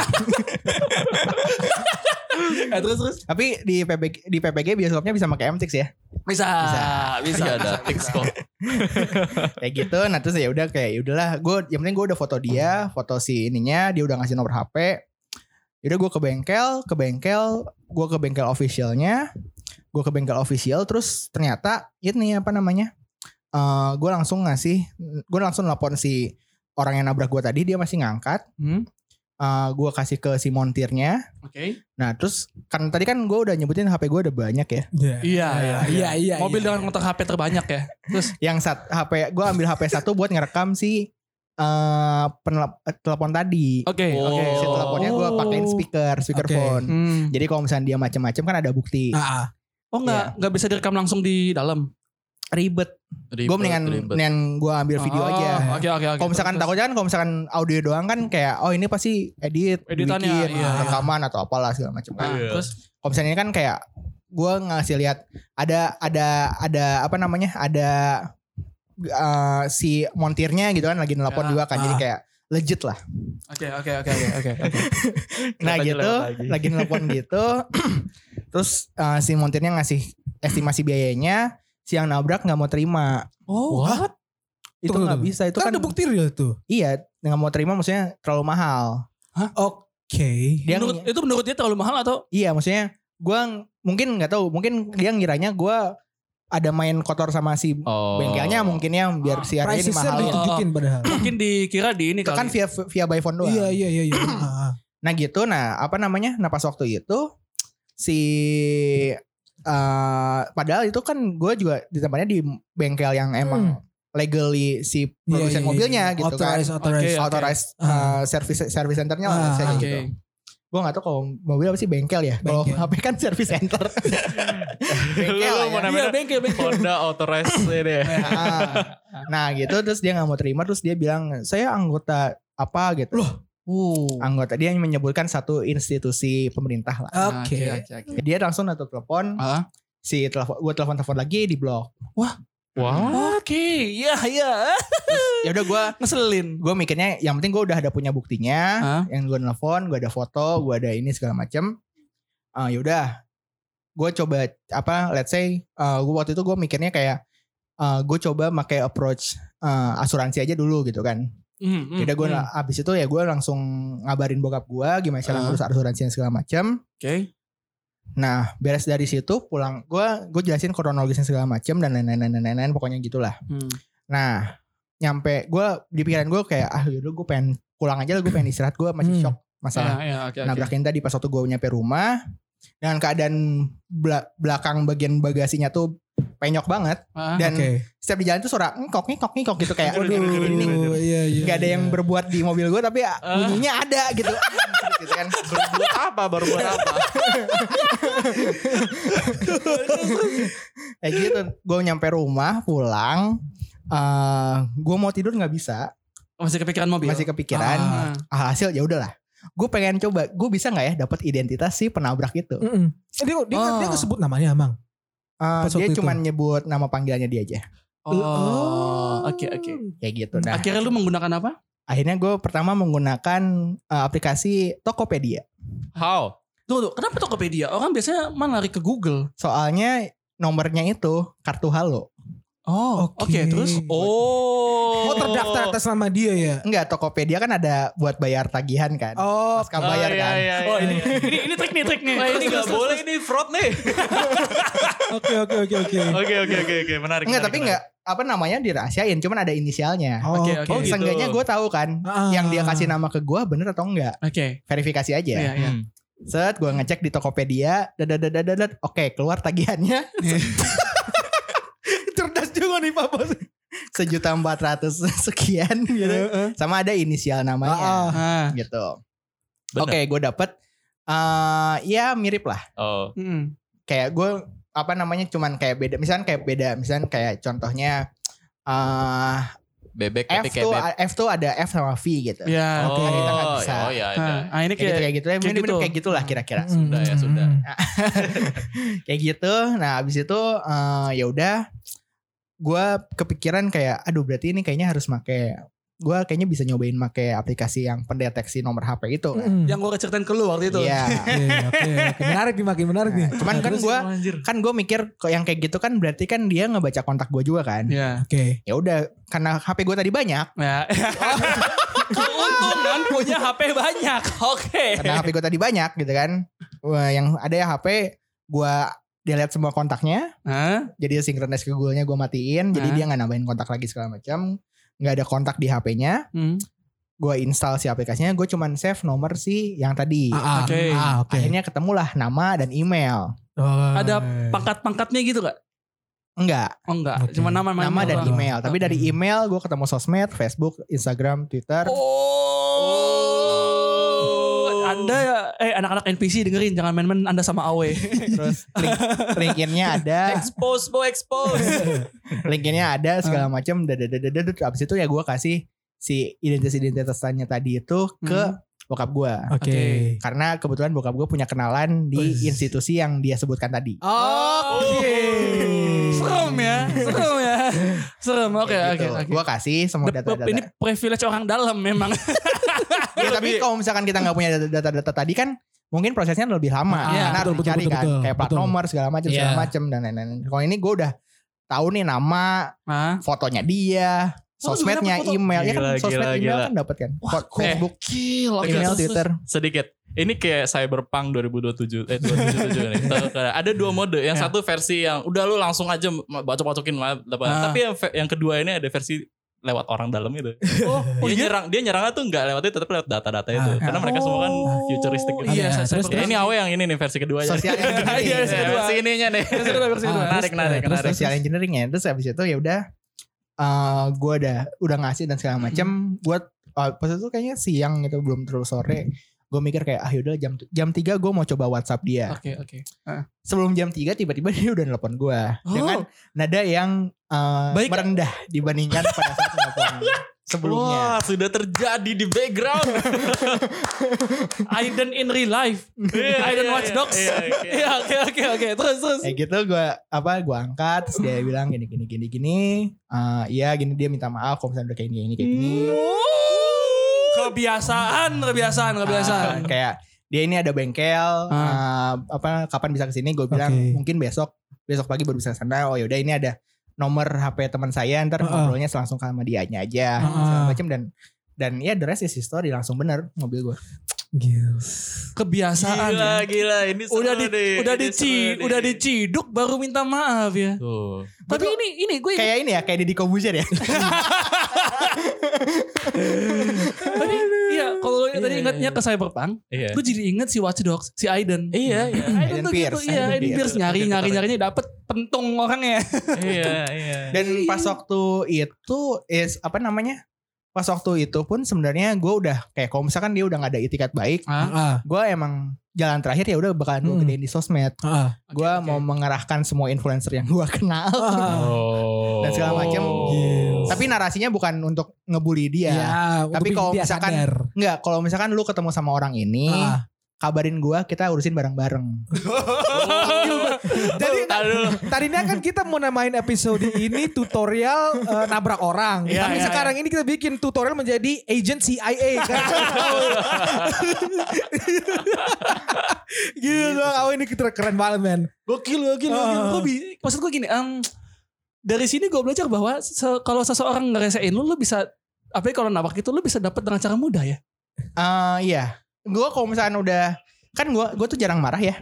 Eh, terus terus. Tapi di P P G, di P P G bioskopnya bisa pakai M T X ya. Bisa, bisa. Iya ada Tix kok. Kayak gitu. Nah terus ya udah kayak ya udahlah, gue yang penting gue udah foto dia, foto si ininya, dia udah ngasih nomor H P. Yaudah gue ke bengkel, ke bengkel, gue ke bengkel officialnya, gue ke bengkel official, terus ternyata ini apa namanya, uh, gue langsung ngasih, gue langsung nelfon si orang yang nabrak gue tadi, dia masih ngangkat. Hmm. Uh, gue kasih ke si montirnya. Oke. Nah terus kan tadi kan gue udah nyebutin H P gue ada banyak ya. Iya, Iya, iya, iya, iya. Mobil iya. dengan kontak H P terbanyak ya. Terus Yang sat, H P gue ambil H P satu buat ngerekam si uh, penelep- telepon tadi. oke, Oh. oke. Si teleponnya gue pakein speaker, speakerphone. Hmm. Jadi kalau misalnya dia macam-macam kan ada bukti. Ah, Oh enggak, enggak bisa direkam langsung di dalam. Ribet. Gue mendingan, mendingan gue ambil video Oh, aja. Oke, oke, oke. Kalau misalkan Terus, takutnya kan kalau misalkan audio doang kan kayak oh ini pasti edit, Editannya, bikin, iya. rekaman atau apalah segala macam. Nah, kan. Iya. terus Kalau misalnya ini kan kayak gue ngasih lihat ada ada ada apa namanya ada uh, si montirnya gitu kan lagi nelpon Ya, juga kan, jadi ah. kayak legit lah. oke, oke, oke, oke, oke, oke. Nah Lewat gitu lagi. lagi nelpon gitu, terus uh, si montirnya ngasih estimasi biayanya, si yang nabrak nggak mau terima. Oh, What? Itu Tunggu, nggak tunggu. bisa, itu kan kan ada bukti real tuh. iya nggak mau terima, maksudnya terlalu mahal. Oke. Dia menurut, itu menurut dia terlalu mahal atau? iya maksudnya gue mungkin nggak tahu, mungkin dia ngiranya gue ada main kotor sama si Oh. bengkelnya mungkin ya biar si harganya ini Pricesnya mahal. ditunjukin padahal. Mungkin dikira di ini Itu kan kali. via via by phone doang. Iya iya iya iya. Ah, ah. Nah gitu, nah apa namanya? Nah pas waktu itu si uh, padahal itu kan gue juga di tempatnya di bengkel yang emang legally si produsen Iya, iya, mobilnya iya. gitu Authorized, kan. authorized. Oke, Authorized Ah. uh, service service centernya lah Ah, saya Oke. gitu. Gue gak tahu kalau mobil apa sih bengkel ya. Kalau Bengkel. H P kan service center. bengkel Lu lah mau ya. namanya Iya, bengkel, bengkel. Honda Authorized ini ya. Nah, nah gitu terus dia gak mau terima. Terus dia bilang saya anggota apa gitu. Loh. Uh. Anggota dia yang menyebutkan satu institusi pemerintah lah. Oke. oke, oke. Dia langsung atau telepon. Ah. Si telepon gue telepon telepon lagi di blok. Wah. Oke, iya iya. Ya udah gue Ngeselin. gue mikirnya yang penting gue udah ada punya buktinya. Hah? Yang gue nelfon, gue ada foto, gue ada ini segala macam. Ah ya udah, gue coba apa? Let's say, uh, gue waktu itu gue mikirnya kayak uh, gue coba pakai approach uh, asuransi aja dulu gitu kan. Hmm, hmm, Udah gue hmm. abis itu ya gue langsung ngabarin bokap gue gimana cara Ah. ngurus asuransi dan segala macam. Oke. Nah beres dari situ pulang gue gue jelasin kronologisnya segala macam dan lain-lain lain-lain pokoknya gitulah. Hmm. Nah nyampe gue di pikiran gue kayak ah yaudah gue pengen pulang aja lah, gue pengen istirahat, gue masih Hmm. shock masalah Ya, ya, oke, oke. nabrakin tadi pas waktu gue nyampe rumah dengan keadaan bela- belakang bagian bagasinya tuh penyok banget Ah, dan Oke. setiap di jalan tuh suara ngkok ngkok ngkok gitu kayak Waduh, ini iya iya. nggak ada yang iya. berbuat di mobil gue tapi ya, bunyinya ada gitu gitu kan. Berbuat apa? Baru buat apa? Kayak gitu gue nyampe rumah pulang eh gue mau tidur nggak bisa masih kepikiran mobil. masih kepikiran Ah. hasil ya udahlah gue pengen coba gue bisa nggak ya dapat identitas si penabrak itu. Mm-mm. Eh, dia dia, Oh. dia kesebut namanya Amang. Eh, Pas dia waktu cuma itu. nyebut nama panggilannya dia aja Oh, oke oke. kayak gitu. Nah Akhirnya lu menggunakan apa? akhirnya gue pertama menggunakan uh, aplikasi Tokopedia. How? Tunggu, tunggu, kenapa Tokopedia? Orang biasanya malah lari ke Google. Soalnya nomornya itu kartu halo. Oh, oke, Oke. terus? Oh. Oh terdaftar atas nama dia ya. Enggak, Tokopedia kan ada buat bayar tagihan kan. Oh. Pasca bayar iya, kan. iya, Oh, iya, ini iya. ini ini trik nih, trik nih. Wah, ini Terus, gak terus, boleh, terus. ini fraud nih. Oke oke oke oke. Oke oke oke oke menarik. Enggak, menarik, tapi enggak apa namanya dirahasiain, cuman ada inisialnya. Oh, Oke, oke. oke. Oh, gitu. Seenggaknya gue tahu kan Ah. yang dia kasih nama ke gue bener atau enggak. Oke. Verifikasi aja. Iya, iya. Hmm. Set gue ngecek di Tokopedia, dadadadadadat, oke keluar tagihannya. Cerdas juga nih Pak Bos. Sejuta empat ratus sekian gitu. Sama ada inisial namanya Ah, Ah. gitu. Bener. Oke gue dapet eh ya mirip lah. Oh. Mm. Kayak gue apa namanya cuman kayak beda. Misalnya kayak beda. Misalnya kayak contohnya eh Bebek F tapi kayak tuh bebek. F tuh ada F sama V gitu. Ya. Oh, Oke, kita nggak bisa. oh ya, Nah, ada. ah, ini Kayak gitu kayak kayak gitu ya. kayak Mirip gitu. kayak gitulah kira-kira. Sudah ya, sudah. Kayak gitu. Nah abis itu eh, ya udah gue kepikiran kayak aduh berarti ini kayaknya harus make gue kayaknya bisa nyobain make aplikasi yang pendeteksi nomor H P itu kan. Yang gue ceritain ke lu waktu itu. Iya. Oke oke oke. Menarik nih makin menarik nih. Cuman kan Terus, gue oh, anjir. kan gue mikir kok yang kayak gitu kan berarti kan dia ngebaca kontak gue juga kan. Iya. Oke. Ya udah karena H P gue tadi banyak. Ya. Keuntungan punya H P banyak. Oke. Karena H P gue tadi banyak gitu kan. Wah, yang ada ya H P gue delete semua kontaknya. Hah? Jadi synchronize ke Google-nya gue matiin. Jadi Hah? dia gak nambahin kontak lagi segala macam. Gak ada kontak di H P-nya. Hmm. Gue install si aplikasinya. Gue cuman save nomor si yang tadi. Ah, ah, Oke. ah, oke. Akhirnya ketemulah nama dan email. Oh, Ada iya. pangkat-pangkatnya gitu gak? Enggak. Oh enggak, Oke. cuma nama Nama dan doang. email. Tapi dari email gue ketemu sosmed. Facebook, Instagram, Twitter. Oh. Anda eh anak-anak N P C dengerin jangan main-main Anda sama Awe. Terus link, LinkedIn-nya ada. Expose bo expose. LinkedIn-nya ada segala macam. Dadadadadadad. Abis itu ya gue kasih si identitas-identitasannya tadi itu ke Hmm. bokap gue. Oke. Oke. Karena kebetulan bokap gue punya kenalan di Wih. institusi yang dia sebutkan tadi. Oke. Serem ya, serem ya. Serem. Oke, Kayak oke, gitu. oke. Gue kasih semua Dep- data-data. Ini privilege orang dalam memang. Ya, tapi kalau misalkan kita nggak punya data-data tadi kan mungkin prosesnya lebih lama. Ah, iya, karena betul, harus betul, dicari betul, kan. betul, Kayak plat betul. nomor segala macam segala Iya. macam dan lain-lain. Kalau ini gue udah tahu nih nama, Hah? fotonya dia, Oh, sosmednya, juga dapet foto? email. Ya kan Gila, sosmed gila, email gila. kan dapat kan. Wah, Facebook, gokil. Oke, email, terus, Twitter. Sedikit. Ini kayak Cyberpunk dua ribu dua puluh tujuh eh dua ribu dua puluh tujuh nih. Ada dua mode. Yang satu versi yang udah lu langsung aja bacok-bacokin lah. Ah. Tapi yang yang kedua ini ada versi lewat orang dalam itu. Oh, oh dia iya? nyerang dia nyerangnya tuh enggak lewat itu tapi lewat data-data itu. Ah. Karena mereka semua kan futuristik gitu. Iya, saya- terus, saya- Ya, ini Awe yang ini nih versi keduanya. Social engineering. Iya, versi kedua. versi ininya nih. Versi kedua, versi kedua. Menarik, menarik, Terus menarik. social engineering ya. Terus habis itu ya udah eh gue udah udah ngasih dan segala macam. Gue uh, pas itu kayaknya siang gitu belum terlalu sore. Gue mikir kayak ah yaudah jam jam tiga gue mau coba WhatsApp dia. Oke, oke. Sebelum jam tiga tiba-tiba dia udah nelpon gue Oh. dengan nada yang eh, Baik. merendah dibandingkan pada saat nelpon sebelumnya. Wah, sudah terjadi di background. Aiden in real life. Iya, Aiden iya, Watch iya, Dogs. iya, iya. Iya, oke, oke, oke. Terus, terus. Kayak gitu gue apa gue angkat terus dia bilang gini gini gini gini eh iya gini dia minta maaf kalau misalnya udah kayak gini kayak gini. Kebiasaan, kebiasaan, kebiasaan. Ah, kayak dia ini ada bengkel Ah. ah, apa kapan bisa kesini gue bilang Oke. mungkin besok besok pagi baru bisa kesana. Oh yaudah ini ada nomor H P teman saya ntar Ah. ngobrolnya langsung sama dianya aja Ah. segala macam dan dan ya the rest is history langsung bener mobil gue. Kebiasaan. Gila, ya. gila. Ini seru Udah di, nih. udah Ini dici, seru nih. udah diciduk baru minta maaf ya. Tuh. Tapi ini ini gue Kayak ini ya kayak Deddy Kobuzier ya. tadi iya kalau lu tadi ingatnya ke Cyberpunk, Iya. gue jadi inget si Watch Dogs, si Aiden. Iya, iya. Aiden Aiden tuh Pierce, gitu, iya, Aiden Aiden Pierce Pierce. nyari nyari nyarinya dapet pentung orangnya. Iya, iya. Dan pas waktu itu is apa namanya? Pas waktu itu pun sebenarnya gue udah kayak kalau misalkan dia udah nggak ada itikat baik, Ah, gue emang jalan terakhir ya udah bakalan gue Hmm. gedein di sosmed. ah, Gue oke. mau mengerahkan semua influencer yang gue kenal. ah. Oh. Dan segala macam. Gils. Tapi narasinya bukan untuk ngebully dia. Ya, Tapi untuk kalau dia misalkan- sadar. Enggak, kalau misalkan lu ketemu sama orang ini, Ah. kabarin gue kita urusin bareng-bareng. Jadi Tahan dulu. tadinya kan kita mau namain episode ini tutorial eh, nabrak orang. Iya, Tapi iya, sekarang ini kita bikin tutorial menjadi agent C I A kan. Gila, oh ini kita keren banget men. Gokil, gokil, Ah. gokil. Gue bi- maksud gue gini, em, dari sini gue belajar bahwa se- kalau seseorang ngeresain lu, lu bisa, apalagi kalau nabrak itu, lu bisa dapat dengan cara mudah ya. Eh iya, gue kalau misalkan udah kan gue gue tuh jarang marah ya.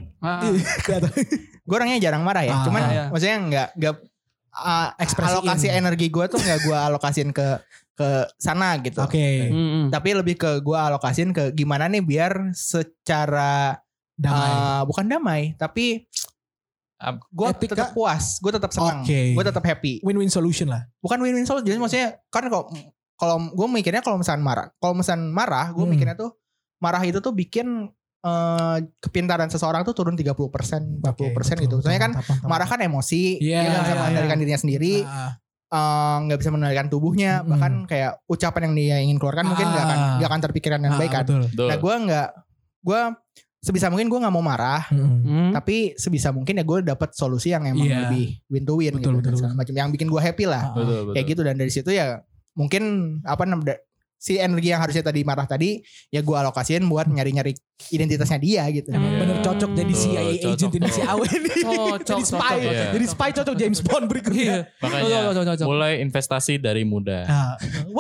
Gue orangnya jarang marah ya. Ah, Cuman iya. maksudnya nggak nggak uh, Ekspresiin. alokasi energi gue tuh nggak gue alokasin ke ke sana gitu. Oke. Mm-mm. Tapi lebih ke gue alokasin ke gimana nih biar secara Damai. uh, bukan damai tapi gue Etika. tetap puas, gue tetap senang, Oke. gue tetap happy. Win-win solution lah. Bukan win-win solution, jadi maksudnya kan kalau kalau gue mikirnya kalau misalnya marah, kalau misalnya marah, gue Hmm. mikirnya tuh marah itu tuh bikin eh, kepintaran seseorang tuh turun tiga puluh persen, empat puluh persen Oke, gitu. betul, Soalnya kan mantap, mantap, marah mantap. kan emosi, Iya, dia nggak bisa iya, mengendalikan iya. dirinya sendiri, Ah, eh, nggak bisa mengendalikan tubuhnya, Mm-mm. bahkan kayak ucapan yang dia ingin keluarkan mungkin nggak akan Ah. nggak akan terpikirkan dengan ah, baik kan. betul. Betul. Nah gue nggak, gue sebisa mungkin gue nggak mau marah, Mm-mm. Hmm. tapi sebisa mungkin ya gue dapat solusi yang emang Iya. lebih win to win Betul, gitu, betul, dan segala macam yang bikin gue happy lah. Ah, Betul, betul. Kayak gitu dan dari situ ya mungkin apa namanya si energi yang harusnya tadi marah tadi ya gue alokasiin buat nyari-nyari identitasnya dia gitu. Emang Iya. bener cocok jadi C I A Betul, agent cocok ini si tuh. Awe nih. Cocok, jadi spy. cocok, cocok. Jadi spy cocok James Bond berikutnya. Iya. Makanya Cocok, cocok, cocok. mulai investasi dari muda. Nah,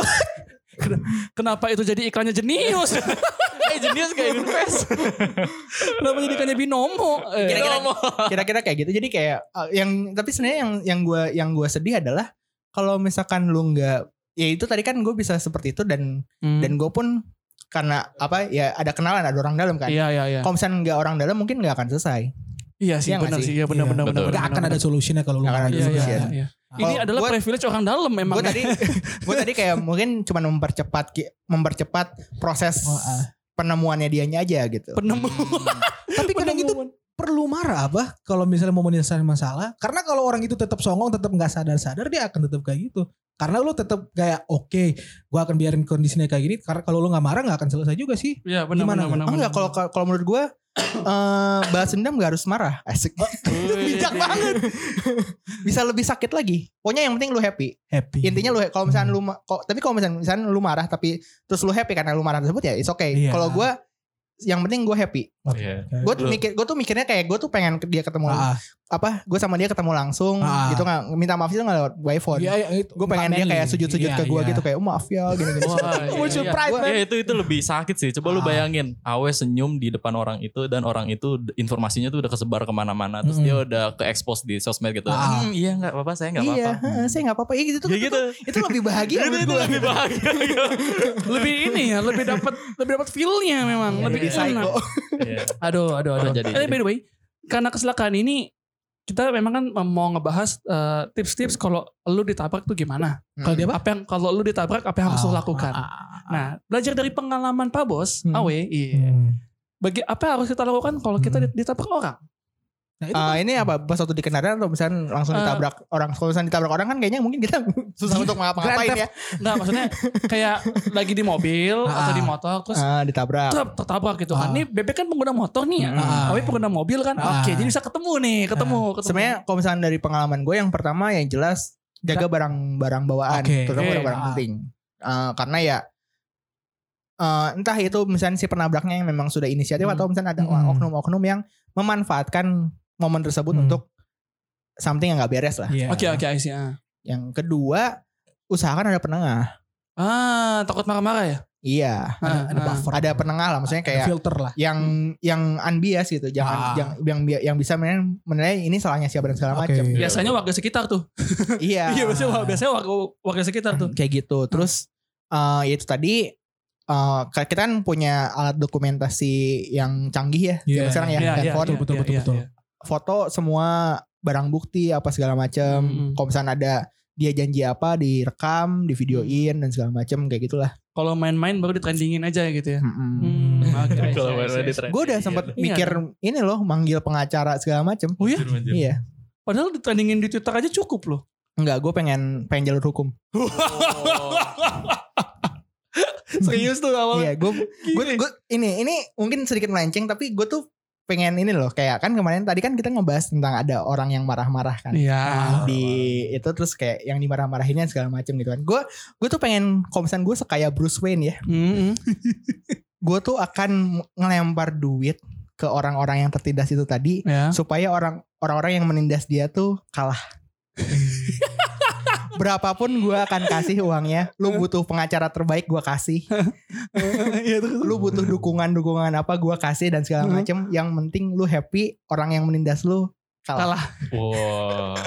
Kenapa itu jadi iklannya jenius? Eh jenius kayak invest. Kenapa jadi iklannya binomo? Eh, Kira-kira kira-kira kayak gitu. Jadi kayak uh, yang tapi sebenarnya yang yang gue yang gue sedih adalah kalau misalkan lu nggak ya itu tadi kan gue bisa seperti itu dan hmm. dan gue pun karena apa ya ada kenalan ada orang dalam kan. Iya, iya, iya. Kalau misalnya nggak orang dalam mungkin nggak akan selesai. Iya sih, Iya nggak benar sih? sih. Iya benar Iya. benar benar. Betul. gak akan ada solusinya kalau lu Nggak akan ada Iya, iya, solution. iya, iya. Ini Kalau adalah gua- privilege orang dalam memang. Gue tadi gue tadi kayak mungkin cuma mempercepat ki- mempercepat proses Oh, ah. penemuannya dianya aja gitu. penemu. Tapi kadang itu perlu marah apa kalau misalnya mau menyelesaikan masalah. Karena kalau orang itu tetap songong, tetap nggak sadar-sadar dia akan tetap kayak gitu. Karena lu tetap kayak oke, gua akan biarin kondisinya kayak gini. Karena kalau lu nggak marah nggak akan selesai juga sih. Iya benar Gimana, benar benar. Enggak kalau kalau menurut gue eh balas dendam gak harus marah. Asik. Bijak banget. Bisa lebih sakit lagi. Pokoknya yang penting lu happy. Happy. Intinya lu kalau misalnya lu ma- kok tapi kalau misalnya, misalnya lu marah tapi terus lu happy karena lu marah tersebut ya it's okay. Iya. Kalau gue yang penting gue happy. Iya. Gue tuh Lu- mikir gue tuh mikirnya kayak gue tuh pengen dia ketemu Ah, apa gue sama dia ketemu langsung Ah. gitu nggak minta maaf itu nggak lewat by phone. Iya, iya, itu Gue pengen dia manly. kayak sujud-sujud Iya, ke gue iya. gitu kayak oh, maaf ya gini-gini. Wah, Muncul iya, pride, iya. man. Ya, itu itu lebih sakit sih. Coba lu Ah. bayangin, Awe senyum di depan orang itu dan orang itu informasinya tuh udah kesebar kemana-mana. Terus Mm-mm. dia udah ke expose di sosmed gitu. Ah. Hmm, iya nggak apa-apa, saya nggak Iya, apa-apa. heeh, saya nggak apa-apa. Iya gitu tuh. Ya itu, gitu. itu lebih bahagia Itu, menurut itu gue. lebih bahagia. Lebih ini ya, lebih dapat lebih dapat feel-nya memang, Iya, lebih iya, enak. psycho. Iya. Aduh, aduh, aduh. Oh, jadi- eh, jadi. by the way, karena kecelakaan ini kita memang kan mau ngebahas eh, tips-tips kalau lu ditabrak tuh gimana. Kalau dia apa? Apa yang kalau lu ditabrak apa yang harus lu lakukan. Ah, ah, ah. Nah, belajar dari pengalaman Pak Bos, Hmm. Awe, iya. Hmm. Bagi apa yang harus kita lakukan kalau kita Hmm. ditabrak orang? Nah, itu Ah, kan- ini apa pas waktu di kendaraan atau misalnya langsung Eh. ditabrak orang? Kalau misalnya ditabrak orang kan kayaknya mungkin kita susah untuk ngapa-ngapain Grand ya. Enggak, maksudnya kayak lagi di mobil atau di motor terus Ah, ditabrak. truk, tertabrak gitu kan. Ah. Ini Bebek kan pengguna motor nih ya. Ah. Awe pengguna mobil kan. Ah. Oke, jadi bisa ketemu nih, ketemu, ketemu. Sebenarnya kalau misalnya dari pengalaman gue yang pertama yang jelas jaga barang-barang bawaan, Oke. terutama Oke. barang-barang Ah. penting. Eh, karena ya eh, entah itu misalnya si penabraknya yang memang sudah inisiatif Hmm. atau misalnya ada Hmm. oknum-oknum yang memanfaatkan momen tersebut Hmm. untuk something yang nggak beres lah. Iya. Oke, oke, I see. Ah. Yang kedua, usahakan ada penengah. Ah, takut marah-marah ya? Iya, Ada, ada Ah, buffer. ada penengah lah, maksudnya Ada kayak filter lah. yang yang unbiased gitu, jangan Ah. yang yang bi- yang bisa menilai, menilai ini salahnya siapa dan segala Oke. macam. Biasanya warga sekitar tuh. Iya. Iya, biasanya biasanya warga warga sekitar tuh. Kayak gitu. Terus eh ya itu tadi eh, kita kan punya alat dokumentasi yang canggih ya, Iya, zaman sekarang ya, Iya, iya, handphone, betul, betul, iya, betul, iya, betul. iya. foto semua barang bukti apa segala macam. Mm-mm. Kalau misalnya ada dia janji apa direkam, divideoin dan segala macam kayak gitulah. Kalau main-main baru ditrendingin aja gitu ya. Mm-mm. Hmm, oke, I see, Kalau I see, main-main I see. di trend. Gue udah sempat Iya. mikir ini loh manggil pengacara segala macam. Oh ya? Iya. Padahal ditrendingin di Twitter aja cukup loh. Enggak, gue pengen pengen jalur hukum. Serius tuh awalnya. Iya, gue gue gue ini ini mungkin sedikit melenceng tapi gue tuh pengen ini loh kayak kan kemarin tadi kan kita ngebahas tentang ada orang yang marah-marah kan. Iya. Di itu terus kayak yang dimarah-marahinnya segala macam gitu kan. Gue gue tuh pengen kalau misalnya gue sekaya Bruce Wayne ya, Mm-mm. gue tuh akan ngelempar duit ke orang-orang yang tertindas itu tadi Ya. supaya orang orang-orang yang menindas dia tuh kalah. Berapapun gue akan kasih uangnya. Lu butuh pengacara terbaik gue kasih. Iya tuh. Lu butuh dukungan-dukungan apa gue kasih dan segala macem. Yang penting lu happy, orang yang menindas lu kalah. Kalah. Wah.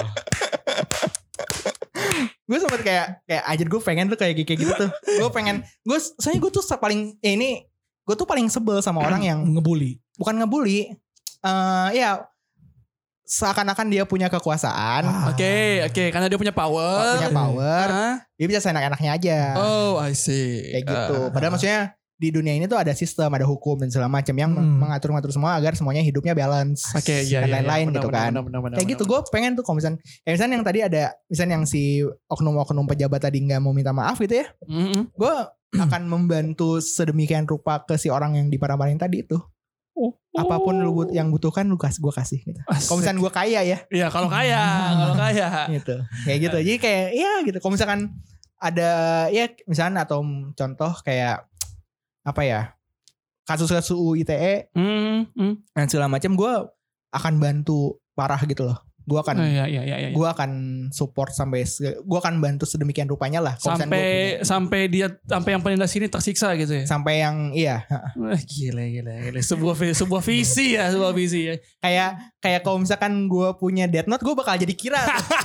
Gue sempet kayak kayak aja gue pengen tuh kayak kayak gitu tuh. Gue pengen gue soalnya gue tuh paling ya ini gue tuh paling sebel sama orang yang ngebully. bukan ngebully. Eh ya seakan-akan dia punya kekuasaan, Ah. Oke, oke, karena dia punya power. punya power, Ah. dia bisa seenak-enaknya aja. Oh, I see. Kayak gitu. Ah. Padahal maksudnya di dunia ini tuh ada sistem, ada hukum dan segala macam yang Hmm. mengatur-ngatur semua agar semuanya hidupnya balance. Oke, iya, dan iya, lain-lain iya. gitu Benar, kan. benar, benar, benar, Kayak gitu benar. gue pengen tuh kalau misalnya, kayak misalnya yang tadi ada, misalnya yang si oknum-oknum pejabat tadi nggak mau minta maaf gitu ya, Mm-mm. gue akan membantu sedemikian rupa ke si orang yang diparah-parahin tadi itu. Oh. Apapun lu but- yang butuhkan lu kasih, gue kasih gitu. Asik. Kalau misalnya gue kaya ya, Iya, kalau kaya, kalau kaya. gitu, kayak gitu. Jadi kayak, ya gitu. Kalau misalkan ada, ya misalnya atau contoh kayak apa ya, kasus-kasus U U I T E Hmm, hmm. dan segala macam, gue akan bantu parah gitu loh. Gue akan Oh, iya, iya, iya, iya. gue akan support sampai gue akan bantu sedemikian rupanya lah kalau misalnya gua sampai punya. sampai dia sampai yang penindas ini tersiksa gitu ya. Sampai yang iya Wah, gila gila gila. Sebuah vi- sebuah visi ya, sebuah visi ya. kayak kayak kalau misalkan gue punya Death Note gue bakal jadi Kira.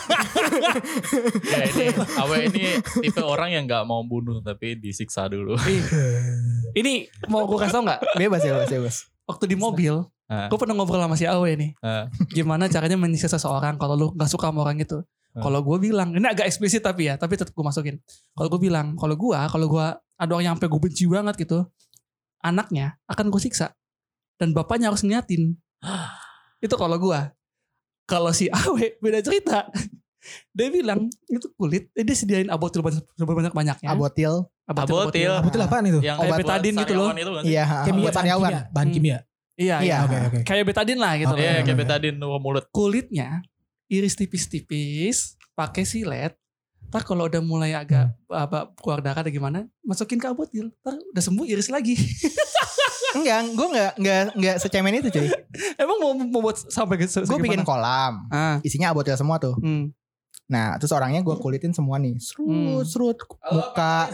Ya ini Awe ini tipe orang yang nggak mau bunuh tapi disiksa dulu. Ih, ini mau gue kasih tau nggak? Bebas ya bebas, bebas. Waktu di mobil, Ah. gue pernah ngobrol sama si Awe nih. Ah. Gimana caranya menyiksa seseorang kalau lu nggak suka sama orang itu? Ah. Kalau gue bilang, ini agak eksplisit tapi ya, tapi tetap gue masukin. Kalau gue bilang, kalau gue, kalau gue ada orang yang sampai gue benci banget gitu, anaknya akan gue siksa dan bapaknya harus niatin. Itu kalau gue. Kalau si Awe beda cerita. Dia bilang itu kulit, eh, dia sediain abotil banyak banyaknya. Abotil. Abotil. Abotil apaan itu? Yang Kayak obat betadin gitu loh. sariawan itu kan sih? Iya. Kimia, obat bahan sariawan. kimia. Bahan kimia. Iya, Iya. iya. Oke, oke. Kayak betadin lah gitu. Oke. Iya, loh. kayak betadin ke mulut. Kulitnya iris tipis-tipis, pakai silet, Ntar kalau udah mulai agak apa keluar darah atau gimana, masukin ke abotil. Ntar udah sembuh iris lagi. Enggak, gue enggak enggak enggak secemen itu cuy. Emang mau mau buat sampai ke Gue bikin kolam. Ah. Isinya abotil semua tuh. Hmm. Nah, terus orangnya gue kulitin semua nih. Serut, Hmm. serut, muka,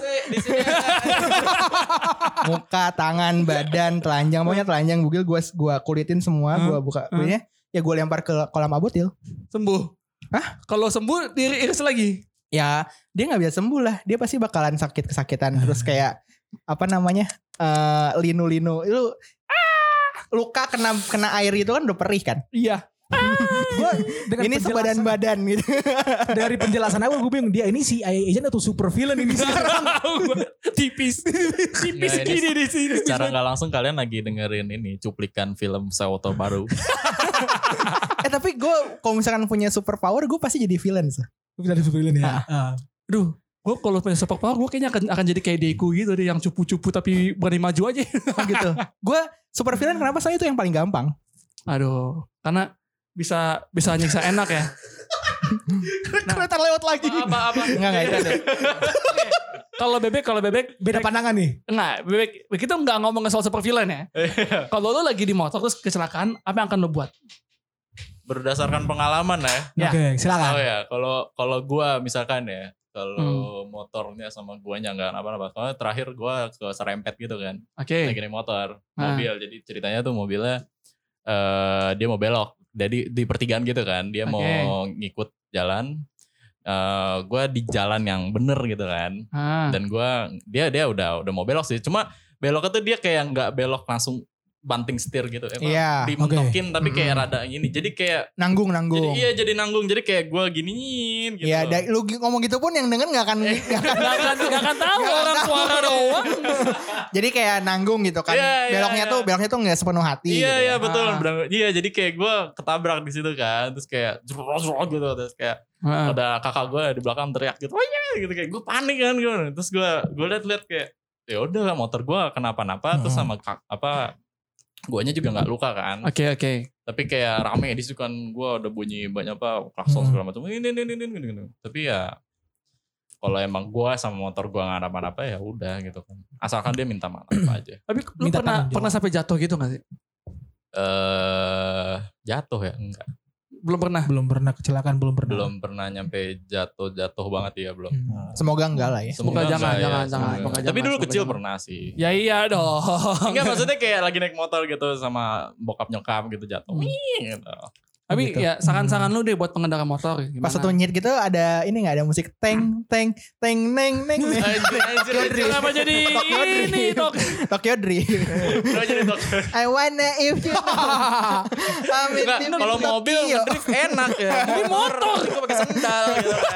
muka, tangan, badan, telanjang, pokoknya telanjang, bugil gue gue kulitin semua, Hmm. gue buka kulitnya, ya gue lempar ke kolam abotil. Sembuh. Hah? Kalau sembuh diri iris lagi. Ya, dia nggak bisa sembuh lah. Dia pasti bakalan sakit kesakitan. Terus kayak apa namanya? eh, linu-linu. Lu ah, luka kena kena air itu kan udah perih kan? Iya. Gua dengan Ini penjelasan- sebadan-badan gitu. dari penjelasan awal gue bingung dia ini si C I A agent atau super villain ini sekarang. Tipis. Tipis Nggak, ini gini di sini. Secara nggak langsung kalian lagi dengerin ini cuplikan film Sawoto baru. eh tapi gue kalau misalkan punya super power, gue pasti jadi villain. So. Jadi super villain ya. Ah. Aduh, gue kalau punya super power gue kayaknya akan akan jadi kayak Deku gitu deh, yang cupu-cupu tapi berani maju aja. gitu. Gue super villain kenapa? Soalnya itu yang paling gampang. Aduh, karena bisa bisa nyiksa enak ya. Kereta lewat lagi. Apa apa? Enggak enggak itu ada. Kalau bebek kalau bebek Beda pandangan nih. enggak, bebek kita enggak ngomong soal super villain ya. Kalau lo lagi di motor terus kecelakaan, apa yang akan lo buat? Berdasarkan pengalaman ya. Ya. Oke, silakan. Oh ya, kalau kalau gua misalkan ya, kalau motornya sama guanya nggak apa-apa. Soalnya terakhir gua ke serempet gitu kan. Oke. Lagi naik motor, Ah. mobil. Jadi ceritanya tuh mobilnya eh dia mau belok. Jadi di pertigaan gitu kan, dia Oke. mau ngikut jalan. Eh gua di jalan yang bener gitu kan. Ah. Dan gua dia dia udah udah mau belok sih. Cuma beloknya tuh dia kayak nggak belok langsung banting setir gitu. Emang Iya, dimentokin tapi kayak Mm-mm. rada ini. Jadi kayak Nanggung jadi nanggung. iya jadi nanggung. Jadi kayak gua giniin gitu. Iya, loh. da- lu ngomong gitu pun yang denger nggak akan, nggak akan Gak akan, gak akan tahu Nggak orang tahu. suara doang. jadi kayak nanggung gitu kan. Iya, iya, beloknya iya. tuh beloknya tuh nggak sepenuh hati. Iya gitu. iya betul. Ah. Berang- Iya jadi kayak gue ketabrak di situ kan. Terus kayak jrot gitu. Terus kayak Ah. ada kakak gue di belakang teriak gitu. Wah iya gitu kayak gue panik kan gue. Terus gue gue liat-liat kayak ya udah motor gue kenapa-napa. Terus sama kak, apa guanya juga nggak luka kan. Oke oke. Tapi kayak rame di situ kan gue udah bunyi banyak apa klakson segala macam. Ini ini ini ini ini. Tapi ya kalau emang gue sama motor gue nggak apa-apa ya udah gitu kan. Asalkan dia minta maaf aja. Tapi lu Minta pernah tanggung jawab. pernah sampai jatuh gitu gak sih? Eh jatuh ya enggak. Belum pernah. Belum pernah kecelakaan, belum pernah. Belum pernah nyampe jatuh-jatuh banget ya belum. Hmm. Semoga enggak lah ya. Semoga jangan, enggak jangan, ya, jangan, semoga. semoga Tapi jangan, dulu semoga kecil jangan. pernah sih. Ya iya dong. Enggak maksudnya kayak lagi naik motor gitu sama bokap nyokap gitu jatuh. Hmm. Wih, gitu. Tapi Gitu. ya saran-saran lu deh buat pengendara motor. Gimana? Pas satu nyit gitu ada ini nggak ada musik teng teng teng neng neng. Anjir, anjir, anjir. Kenapa jadi Tokyo Drift. ini Tok? Tokyo Drift. Kenapa jadi Tokyo? I wanna if you know. I'm in Enggak, the kalau Tokyo. mobil ngedrift enak ya. Ini motor gue pakai sendal gitu kan.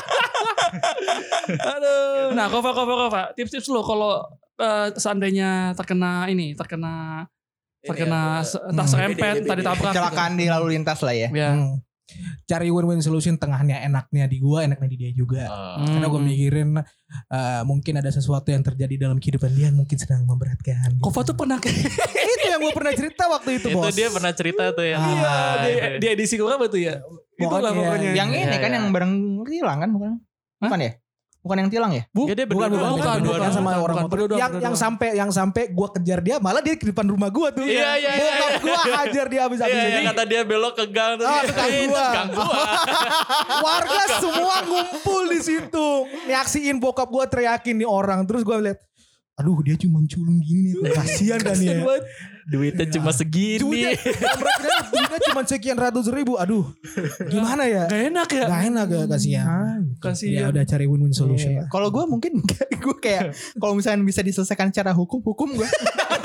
Aduh. Nah, Kova, Kova, Kova. Tips-tips lu kalau eh, seandainya terkena ini, terkena terkena se- entah Hmm. serempet, entah ditabrak. Kecelakaan di lalu lintas lah ya. Gitu. Ya. Hmm. Cari win-win solution, tengahnya enaknya di gua, enaknya di dia juga. Eh, Karena gue Hmm. mikirin eh, mungkin ada sesuatu yang terjadi dalam kehidupan dia yang mungkin sedang memberatkan. Kova tuh pernah kayak itu yang gue pernah cerita waktu itu, itu bos. dia pernah cerita tuh ya. Ah, Iya, di, di edisi berapa tuh ya? Itulah Pokoknya, pokoknya. Yang Iya, ini kan iya. yang bareng tilang kan bukan? Bukan ya? Bukan yang tilang ya? Bu, Ya, dia bukan, berdua, bukan, bukan, berdua, bukan, berdua. sama bukan, orang bukan, motor. berdua, yang berdua. yang sampai yang sampai gue kejar dia, malah dia di depan rumah gue tuh. Iya, iya, iya, Bokap iya. gue hajar dia habis-habis. Iya, Jadi yang kata dia belok ke gang terus Ah, dia, ke gang "Eh, itu gua." gang gua. warga semua ngumpul di situ, nyaksiin bokap gue teriakin nih orang. Terus gue lihat, aduh dia cuma culun gini nih, kasihan kan ya. Duitnya cuma segini. Duitnya, duitnya, duitnya cuma sekian ratus ribu. Aduh, gimana ya? gak enak ya? Gak enak gak kasihan. Kasihan. Ya udah cari win-win solution Iya. lah. Kalau gue mungkin gue kayak kalau misalnya bisa diselesaikan secara hukum, hukum gue.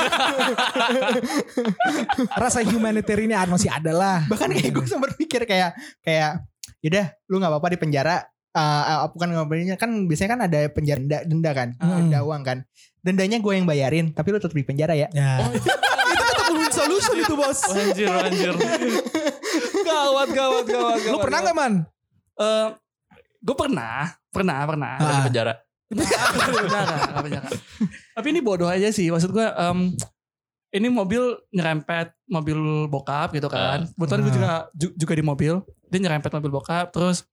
Rasa humanitariannya masih ada lah. Bahkan kayak gue sempat pikir kayak kayak yaudah lu nggak apa-apa di penjara. Uh, bukan nggak kan biasanya kan ada penjara denda, denda kan, Hmm. denda uang kan. Dendanya gue yang bayarin, tapi lu tetap di penjara ya. Ya. itu tetap win solution itu bos. Anjir, anjir. Gawat, gawat, gawat, Lu pernah gak man? Eh, gue pernah, pernah, pernah. Ah. Di penjara. Penjara, nggak penjara. Tapi ini bodoh aja sih. Maksud gue, em, ini mobil nyerempet mobil bokap gitu kan. Kebetulan gue Ah. juga ju- juga di mobil. Dia nyerempet mobil bokap. Terus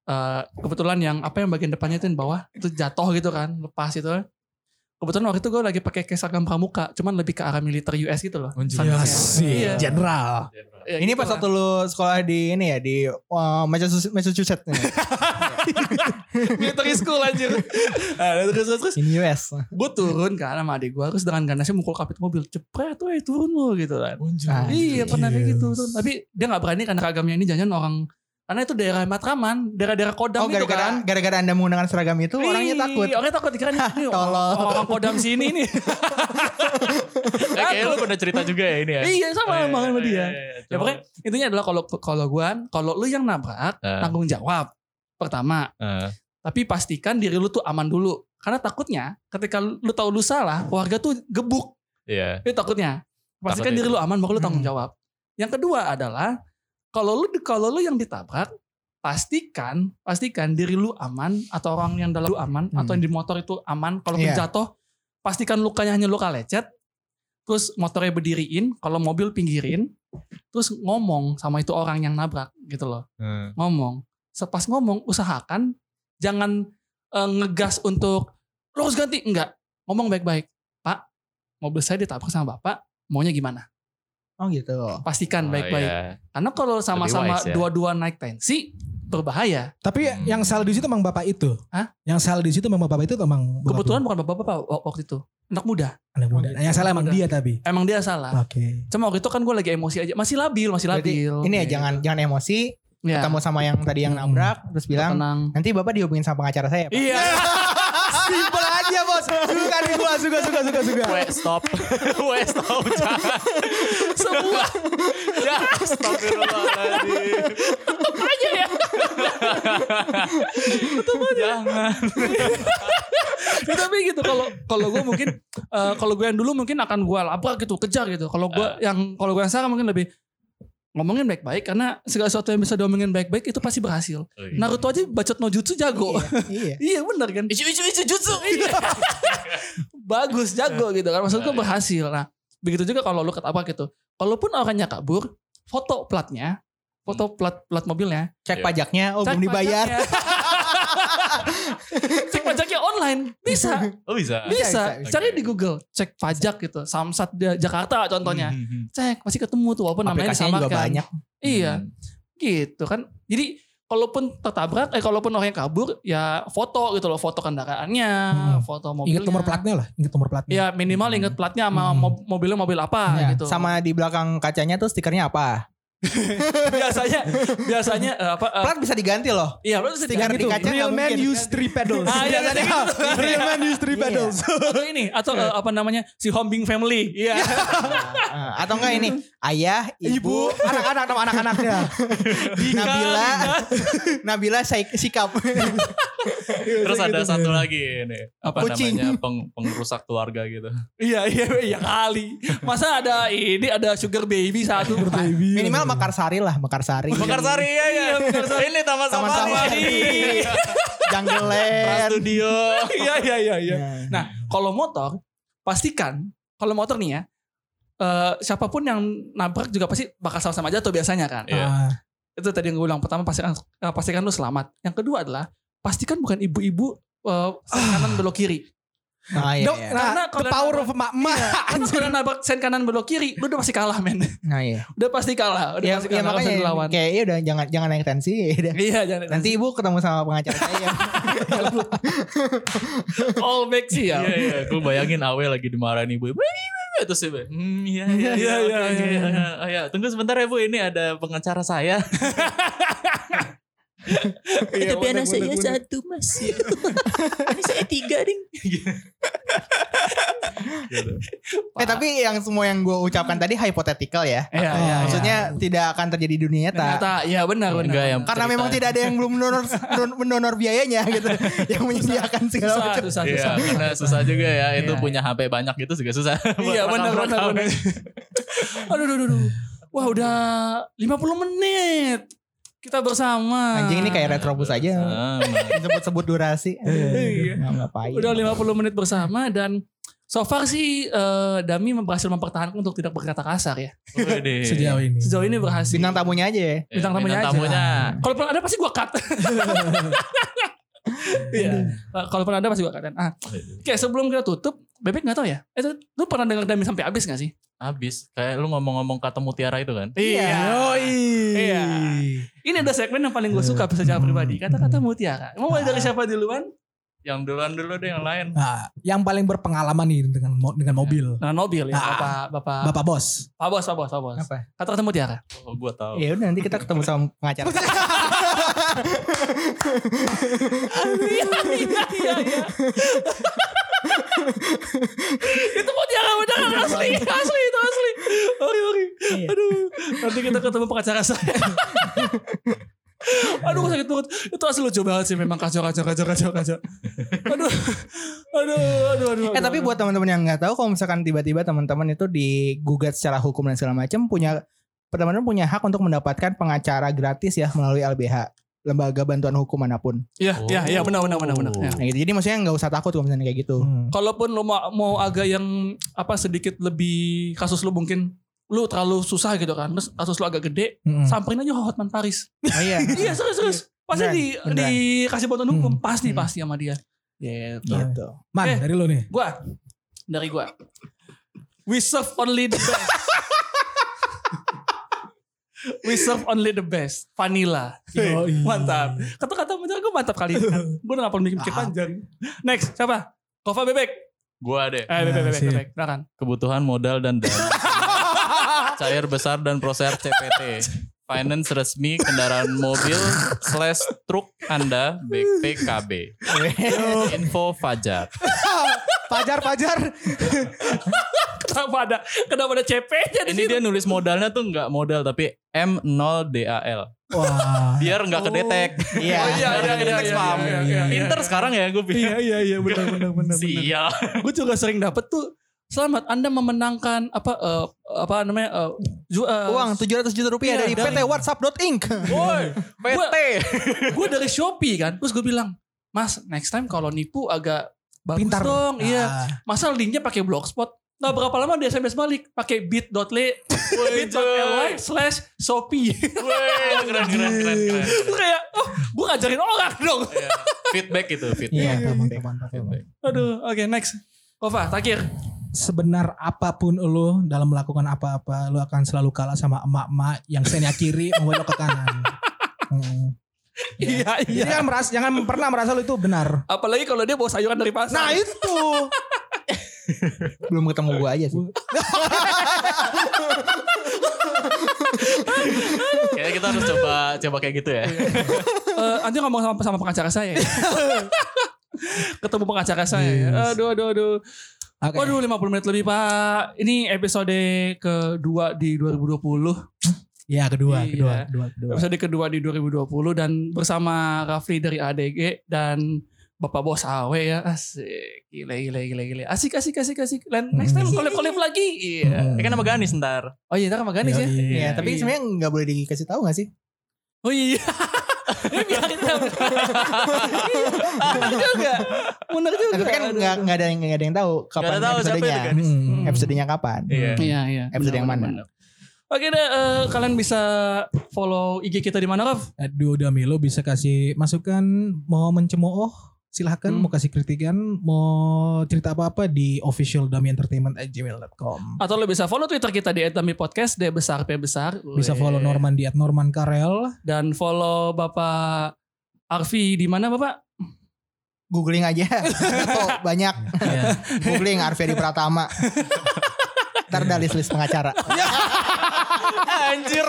uh, kebetulan yang apa yang bagian depannya itu yang bawah itu jatuh gitu kan, lepas itu. Kebetulan waktu itu gue lagi pakai kayak seragam pramuka, cuman lebih ke arah militer U S gitu loh. Iya sih, Iya. general. Ya, Ini gitu pas lah. waktu lu sekolah di ini ya di uh, Massachusetts, Massachusetts nih. military school anjir. Nah, terus terus, terus In U S. gue turun kan sama adik gue, terus dengan ganasnya mukul kapit mobil, cepret tuh, eh turun lo gitu kan. Ah, Iya pernah kayak gitu tuh. Tapi dia nggak berani karena ragamnya ini jangan orang, karena itu daerah Matraman, daerah-daerah Kodam Oh itu gara-gara kan. gara-gara Anda menggunakan seragam itu orangnya Ih, takut. Orangnya takut dikira nih Tolol. orang Kodam sini nih. Eh, kayaknya lu pernah cerita juga ya ini ya. Iya sama emang sama dia. Iya, iya, Ya coba. pokoknya intinya adalah kalau kalau gua, kalau lu yang nabrak Eh. tanggung jawab pertama. Eh, Tapi pastikan diri lu tuh aman dulu. Karena takutnya ketika lu tahu lu salah, warga tuh gebuk. Iya. Itu takutnya. Pastikan Takut diri itu. lu aman baru lu tanggung Hmm. jawab. Yang kedua adalah kalau lu kalau lu yang ditabrak, pastikan pastikan diri lu aman atau orang yang dalam lu aman Hmm. atau yang di motor itu aman. Kalau Iya. jatuh, pastikan lukanya hanya luka lecet. Terus motornya berdiriin, kalau mobil pinggirin, terus ngomong sama itu orang yang nabrak gitu loh. Hmm. Ngomong. Sepas ngomong, usahakan jangan eh, ngegas untuk lo harus ganti, enggak. Ngomong baik-baik. Pak, mobil saya ditabrak sama Bapak, maunya gimana? Oh gitu. Pastikan Oh, baik-baik. iya. Karena kalau sama-sama wise ya. dua-dua naik tensi, berbahaya. Tapi Hmm. yang salah di situ emang bapak itu. Hah? Yang salah di situ memang bapak itu emang bokap Kebetulan lu. bukan bapak-bapak waktu itu. Anak muda. anak muda. gitu. Yang salah emang Muda. dia tapi. Emang dia salah. Oke. Cuma waktu itu kan gue lagi emosi aja. Masih labil, masih Berarti labil. ini ya Gitu. jangan jangan emosi. Ya, Ketemu sama yang tadi yang Hmm. nabrak terus bilang tenang. nanti bapak dihubungin sama pengacara saya. Pak. Iya. Simpel aja bos. Suka nih gua suka suka suka suka. Weh stop. Weh stop. Jangan. Semua. Ya astagfirullahaladzim. aja ya. Jangan. Ya, tapi gitu kalau kalau gue mungkin eh, kalau gue yang dulu mungkin akan gue labrak gitu, kejar gitu. Kalau gue yang kalau gue yang sekarang mungkin lebih ngomongin baik-baik karena segala sesuatu yang bisa diomongin baik-baik itu pasti berhasil. Naruto aja bacot no jutsu jago. Iya. Iya benar kan? Isu isu isu jutsu. Iya. Bagus jago gitu kan. Maksud gue berhasil. Nah, begitu juga kalau lu ketabrak gitu. Kalaupun orangnya kabur, foto platnya, foto plat plat mobilnya, Cek Iya. pajaknya oh cek belum dibayar. pajaknya. Cek pajaknya online. Bisa. Oh bisa. Bisa. bisa, Cari Oke. di Google, cek pajak gitu. Samsat di Jakarta contohnya. Hmm, hmm, hmm. Cek pasti ketemu tuh walaupun namanya Aplikasinya juga disamakan. banyak. Iya. Hmm. Gitu kan. Jadi kalaupun tertabrak, eh kalaupun orang yang kabur, ya foto gitu loh, foto kendaraannya, Hmm. foto mobilnya. Ingat nomor platnya lah, ingat nomor platnya. Ya minimal ingat platnya sama Hmm. mo- mobilnya mobil apa Ya, gitu. sama di belakang kacanya tuh stikernya apa? biasanya biasanya eh, apa? eh, Plat bisa diganti loh. iya, lu stiker di gitu. kaca Real nggak man mungkin. use three pedals. Ah, iya, Biasanya, iya, gitu. Real man use three Iya. pedals. Atau ini atau eh, apa namanya si Hombing Family. Iya. Nah, atau enggak ini ayah, ibu, Anak-anak sama anak-anaknya. Nabila, Nabila Syik- sikap. Terus ada satu lagi ini apa Kucing. namanya peng, pengrusak keluarga gitu. Iya iya iya kali. Masa ada ini ada sugar baby satu. Minimal Mekarsari lah, Mekarsari. Mekarsari ya ya. Ini taman Taman safari. Safari. Jungle Trans Land. Studio. Iya iya iya iya. Nah, Nah, kalau motor pastikan kalau motor nih ya eh, siapapun yang nabrak juga pasti bakal sama-sama jatuh biasanya kan. Iya. Ah, Itu tadi yang gue bilang pertama pastikan eh, pastikan lu selamat. Yang kedua adalah pastikan bukan ibu-ibu eh, sen kanan belok kiri. nah, iya, Dok, iya. nah, Karena the kalau power nabrak- of emak-emak. Karena kalau nabrak sen kanan belok kiri, lu udah pasti kalah men. Nah, iya. Udah pasti kalah. Udah Ya, pasti ya kalah makanya langsung dilawan. kayak ya udah jangan jangan naik tensi ya udah. Iya jangan. Nanti ibu ketemu sama pengacara saya. all back sih ya. Iya iya. Gue bayangin Awe lagi dimarahin ibu. Terus dia bilang, hmm iya iya iya Iya, oke, iya, oke. iya. Oh ya tunggu sebentar ya Bu, ini ada pengacara saya. Tapi anak saya satu mas. Ini saya tiga ding. Gitu. Eh tapi yang semua yang gue ucapkan tadi hypothetical ya. Iya Oh, iya. Maksudnya tidak akan terjadi di dunia nyata. Ternyata iya benar benar. Enggak yang Karena cerita- memang tidak ada yang belum mendonor mendonor biayanya gitu, yang menyediakan segala susah, macam. susah, Iya susah. karena susah juga ya. Itu Iya. punya H P banyak gitu juga susah. Iya Buat benar benar rekam-rekam. benar. Aduh aduh aduh. Wah udah lima puluh menit kita bersama. Anjing ini kayak retrobus aja. Ah, Disebut-sebut durasi. Iya. Nggak ngapain. Udah lima puluh menit bersama dan So far sih uh, Dami berhasil mempertahankan untuk tidak berkata kasar ya. Sejauh ini. Sejauh ini berhasil. Bintang tamunya aja ya. Bintang tamunya aja. Kalau pernah ada pasti gue cut. Iya. Kalau pernah ada pasti gue cut. Ah. Oke, sebelum kita tutup, Bebek nggak tahu ya? Eh, lu pernah dengar Dami sampai habis nggak sih? Habis. Kayak lu ngomong-ngomong kata mutiara itu kan? Iya. Iya. Ini ada segmen yang paling gue suka secara pribadi. Kata-kata mutiara. Mau mulai dari siapa duluan? Yang duluan dulu deh yang lain. Nah, yang paling berpengalaman nih dengan dengan mobil. Dengan mobil ya, Ah. Bapak Bapak Bapak bos. Pak Bos, Pak Bos, Pak Bos. Apa? Kata-kata mutiara. Oh, gua tahu. Ya udah nanti kita ketemu sama pengacara. Iya, iya, iya, iya. Itu mutiara beneran asli, asli itu asli. Oke, oke. Aduh, nanti kita ketemu pengacara saya. Aduh sakit banget. Itu asli lucu banget sih memang kacau kacau kacau kacau kacau. Aduh. Aduh aduh aduh. Eh tapi buat teman-teman yang nggak tahu, kalau misalkan tiba-tiba teman-teman itu digugat secara hukum dan segala macam, punya teman-teman punya hak untuk mendapatkan pengacara gratis ya melalui L B H, lembaga bantuan hukum manapun. Iya, iya, iya benar benar benar benar. Ya. Nah, gitu. Jadi maksudnya nggak usah takut kalau misalnya kayak gitu. Hmm. Kalaupun lo mau, mau agak yang apa sedikit lebih kasus lo mungkin lu terlalu susah gitu kan, terus kasus lu agak gede, Hmm. samperin aja Hotman Paris. Oh iya. Iya serius serius. Pasti Beneran, di beneran. dikasih bantuan hukum, Hmm. pasti Hmm. pasti sama dia. Gitu. Gitu. Man, Eh. dari lu nih. Gua dari gua. We serve only the best. We serve only the best. Vanilla. Yoi. Mantap. Kata-kata bener gue mantap kali ini kan. Gue udah gak perlu mikir panjang. Next siapa? Kova Bebek. Gua deh. Eh Bebek Bebek sip. Bebek. Silakan. Kebutuhan modal dan dana. Cair besar dan proser C P T. Finance resmi kendaraan mobil slash truk Anda B P K B. Info Fajar. Pajar, pajar. Kenapa ada Kenapa ada C P jadi Ini dia nulis modalnya tuh nggak modal tapi M nol D A L. Wah. Biar nggak kedetek. Iya. Oh, iya, Biar iya, nggak kedetek iya, spam. iya, iya, iya. Pinter sekarang ya gue pikir. Iya iya iya benar benar benar. Sial. Gue juga sering dapet tuh. Selamat Anda memenangkan apa uh, apa namanya uh, ju- uh, Uang tujuh ratus juta rupiah Iya, dari, dari- P T WhatsApp dot inc. Woi, P T. gue dari Shopee kan. Terus gue bilang, "Mas, next time kalau nipu agak bagus Pintar dong." Iya. Ah. Masa linknya pakai blogspot. Nah berapa lama dia S M S balik pakai bit.ly bit.ly slash Shopee. Wih, keren keren keren keren. Terus kayak, oh, gue ngajarin orang dong. Iya. Feedback itu, feedback. Iya, mantap mantap. Feedback. Aduh, oke next. Kova, terakhir. Sebenar apapun lu dalam melakukan apa-apa, lu akan selalu kalah sama emak-emak yang senya kiri membelok ke kanan. Hmm. Iya Jadi kan merasa, jangan pernah merasa lu itu benar. Apalagi kalau dia bawa sayuran dari pasar. Nah itu. Belum ketemu gua aja sih. Kayaknya kita harus coba coba kayak gitu ya. Eh, nanti ngomong sama, sama pengacara saya ya. Ketemu pengacara saya ya. Aduh aduh aduh. Oke. Waduh lima puluh menit lebih Pak. Ini episode kedua di dua ribu dua puluh. Ya kedua, Iya. kedua, kedua, kedua. Episode kedua di dua ribu dua puluh dan bersama Rafli dari A D G dan Bapak Bos Awe ya. Asik. Gile gile gile gile. Asik asik asik asik. Dan next time collab-collab lagi. Iya. Ya kan nama Ganis ntar. Oh iya, ntar sama Ganis ya. Yoi. Iya, tapi iya. sebenarnya nggak boleh dikasih tahu nggak sih? Oh iya. Ini biar kita. Benar juga. Benar juga. Tapi kan nggak nggak ada yang nggak ada yang tahu kapan Nggak ada tahu siapa itu episodenya. Ganis. Hmm. Episodenya kapan? Iya. Iya iya. Episode yang mana? Benar. Oke deh, eh, kalian bisa follow I G kita di mana, Raf? Aduh udah Milo bisa kasih masukan, mau mencemooh silahkan, Hmm. mau kasih kritikan, mau cerita apa-apa di official dami entertainment at gmail dot com. Atau lo bisa follow Twitter kita di et dami podcast, D besar P besar. Bisa follow Weh. Norman di at Norman Karel. Dan follow Bapak Arfi di mana, Bapak? Googling aja. Oh, banyak. Googling Arfi Pratama. Ntar ada list-list pengacara. Anjir.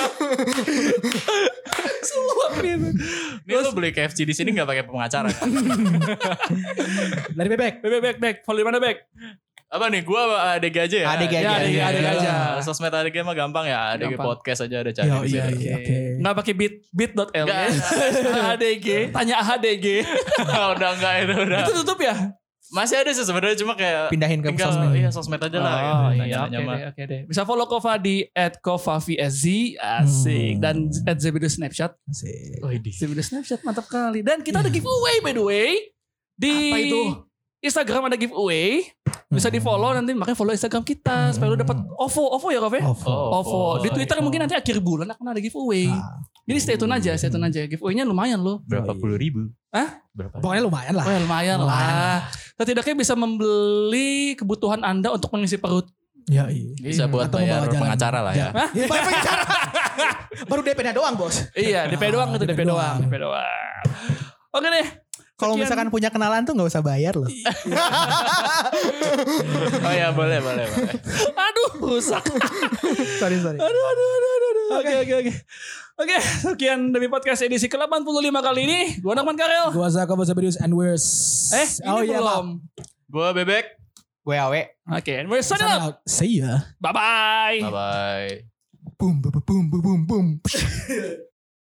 Ini lu beli K F C di sini nggak pakai pengacara kan? Dari Bebek. Bek, bek, bek. Follow di mana, Bek? Apa nih? Gua A D G aja ya. A D G aja. Ya, A D G, A D G aja. Sosmed A D G mah gampang ya. A D G Gampang. podcast aja ada cari. Yo, di iya, situ. iya. Oke. Nggak pakai bit bit.ly. Nggak. A D G. Tanya A D G. Udah enggak itu udah. Itu tutup ya? Masih ada sih sebenarnya cuma kayak Pindahin ke tinggal, sosmed. Iya sosmed aja lah. Oh gitu. iya, Nanya-nanya oke mah. deh, oke deh. Bisa follow Kova di at kova v s z, asik. Hmm. Dan at Zebido Snapchat. Asik. Oh, di. Zebido Snapchat, mantap kali. Dan kita ada giveaway by the way. Di Apa itu? Instagram ada giveaway. Bisa di follow nanti, makanya follow Instagram kita supaya lu dapat O V O. O V O ya Kof ya? OVO. O V O. Di Twitter mungkin nanti akhir bulan akan ada giveaway. Ah. Jadi stay tune aja, stay tune aja. Giveaway-nya lumayan loh. Berapa puluh ribu? Hah? Berapa? Pokoknya lumayan lah. Oh ya lumayan Lumayan lah. Setidaknya bisa membeli kebutuhan Anda untuk mengisi perut. Ya iya. Bisa buat Atau bayar membawa jalan. pengacara lah ya. Hah? Ya, bayar pengacara. Baru D P-nya doang bos. Iya, D P doang itu, D P doang, D P doang. Oke deh. Kalau Sekian. misalkan punya kenalan tuh nggak usah bayar loh. Oh ya boleh boleh boleh. Aduh, rusak. sorry sorry. Aduh, aduh, aduh, aduh, aduh. Oke, oke, oke. Oke, sekian demi podcast edisi ke delapan puluh lima kali ini. Gua Nakman Karel. Gua Zaka Basabirius and we're Eh, ini oh iya belum. Gua Bebek. Gue awe. Oke, and we're signing out. See ya. Bye-bye. Bye bye. Boom boom boom boom boom boom.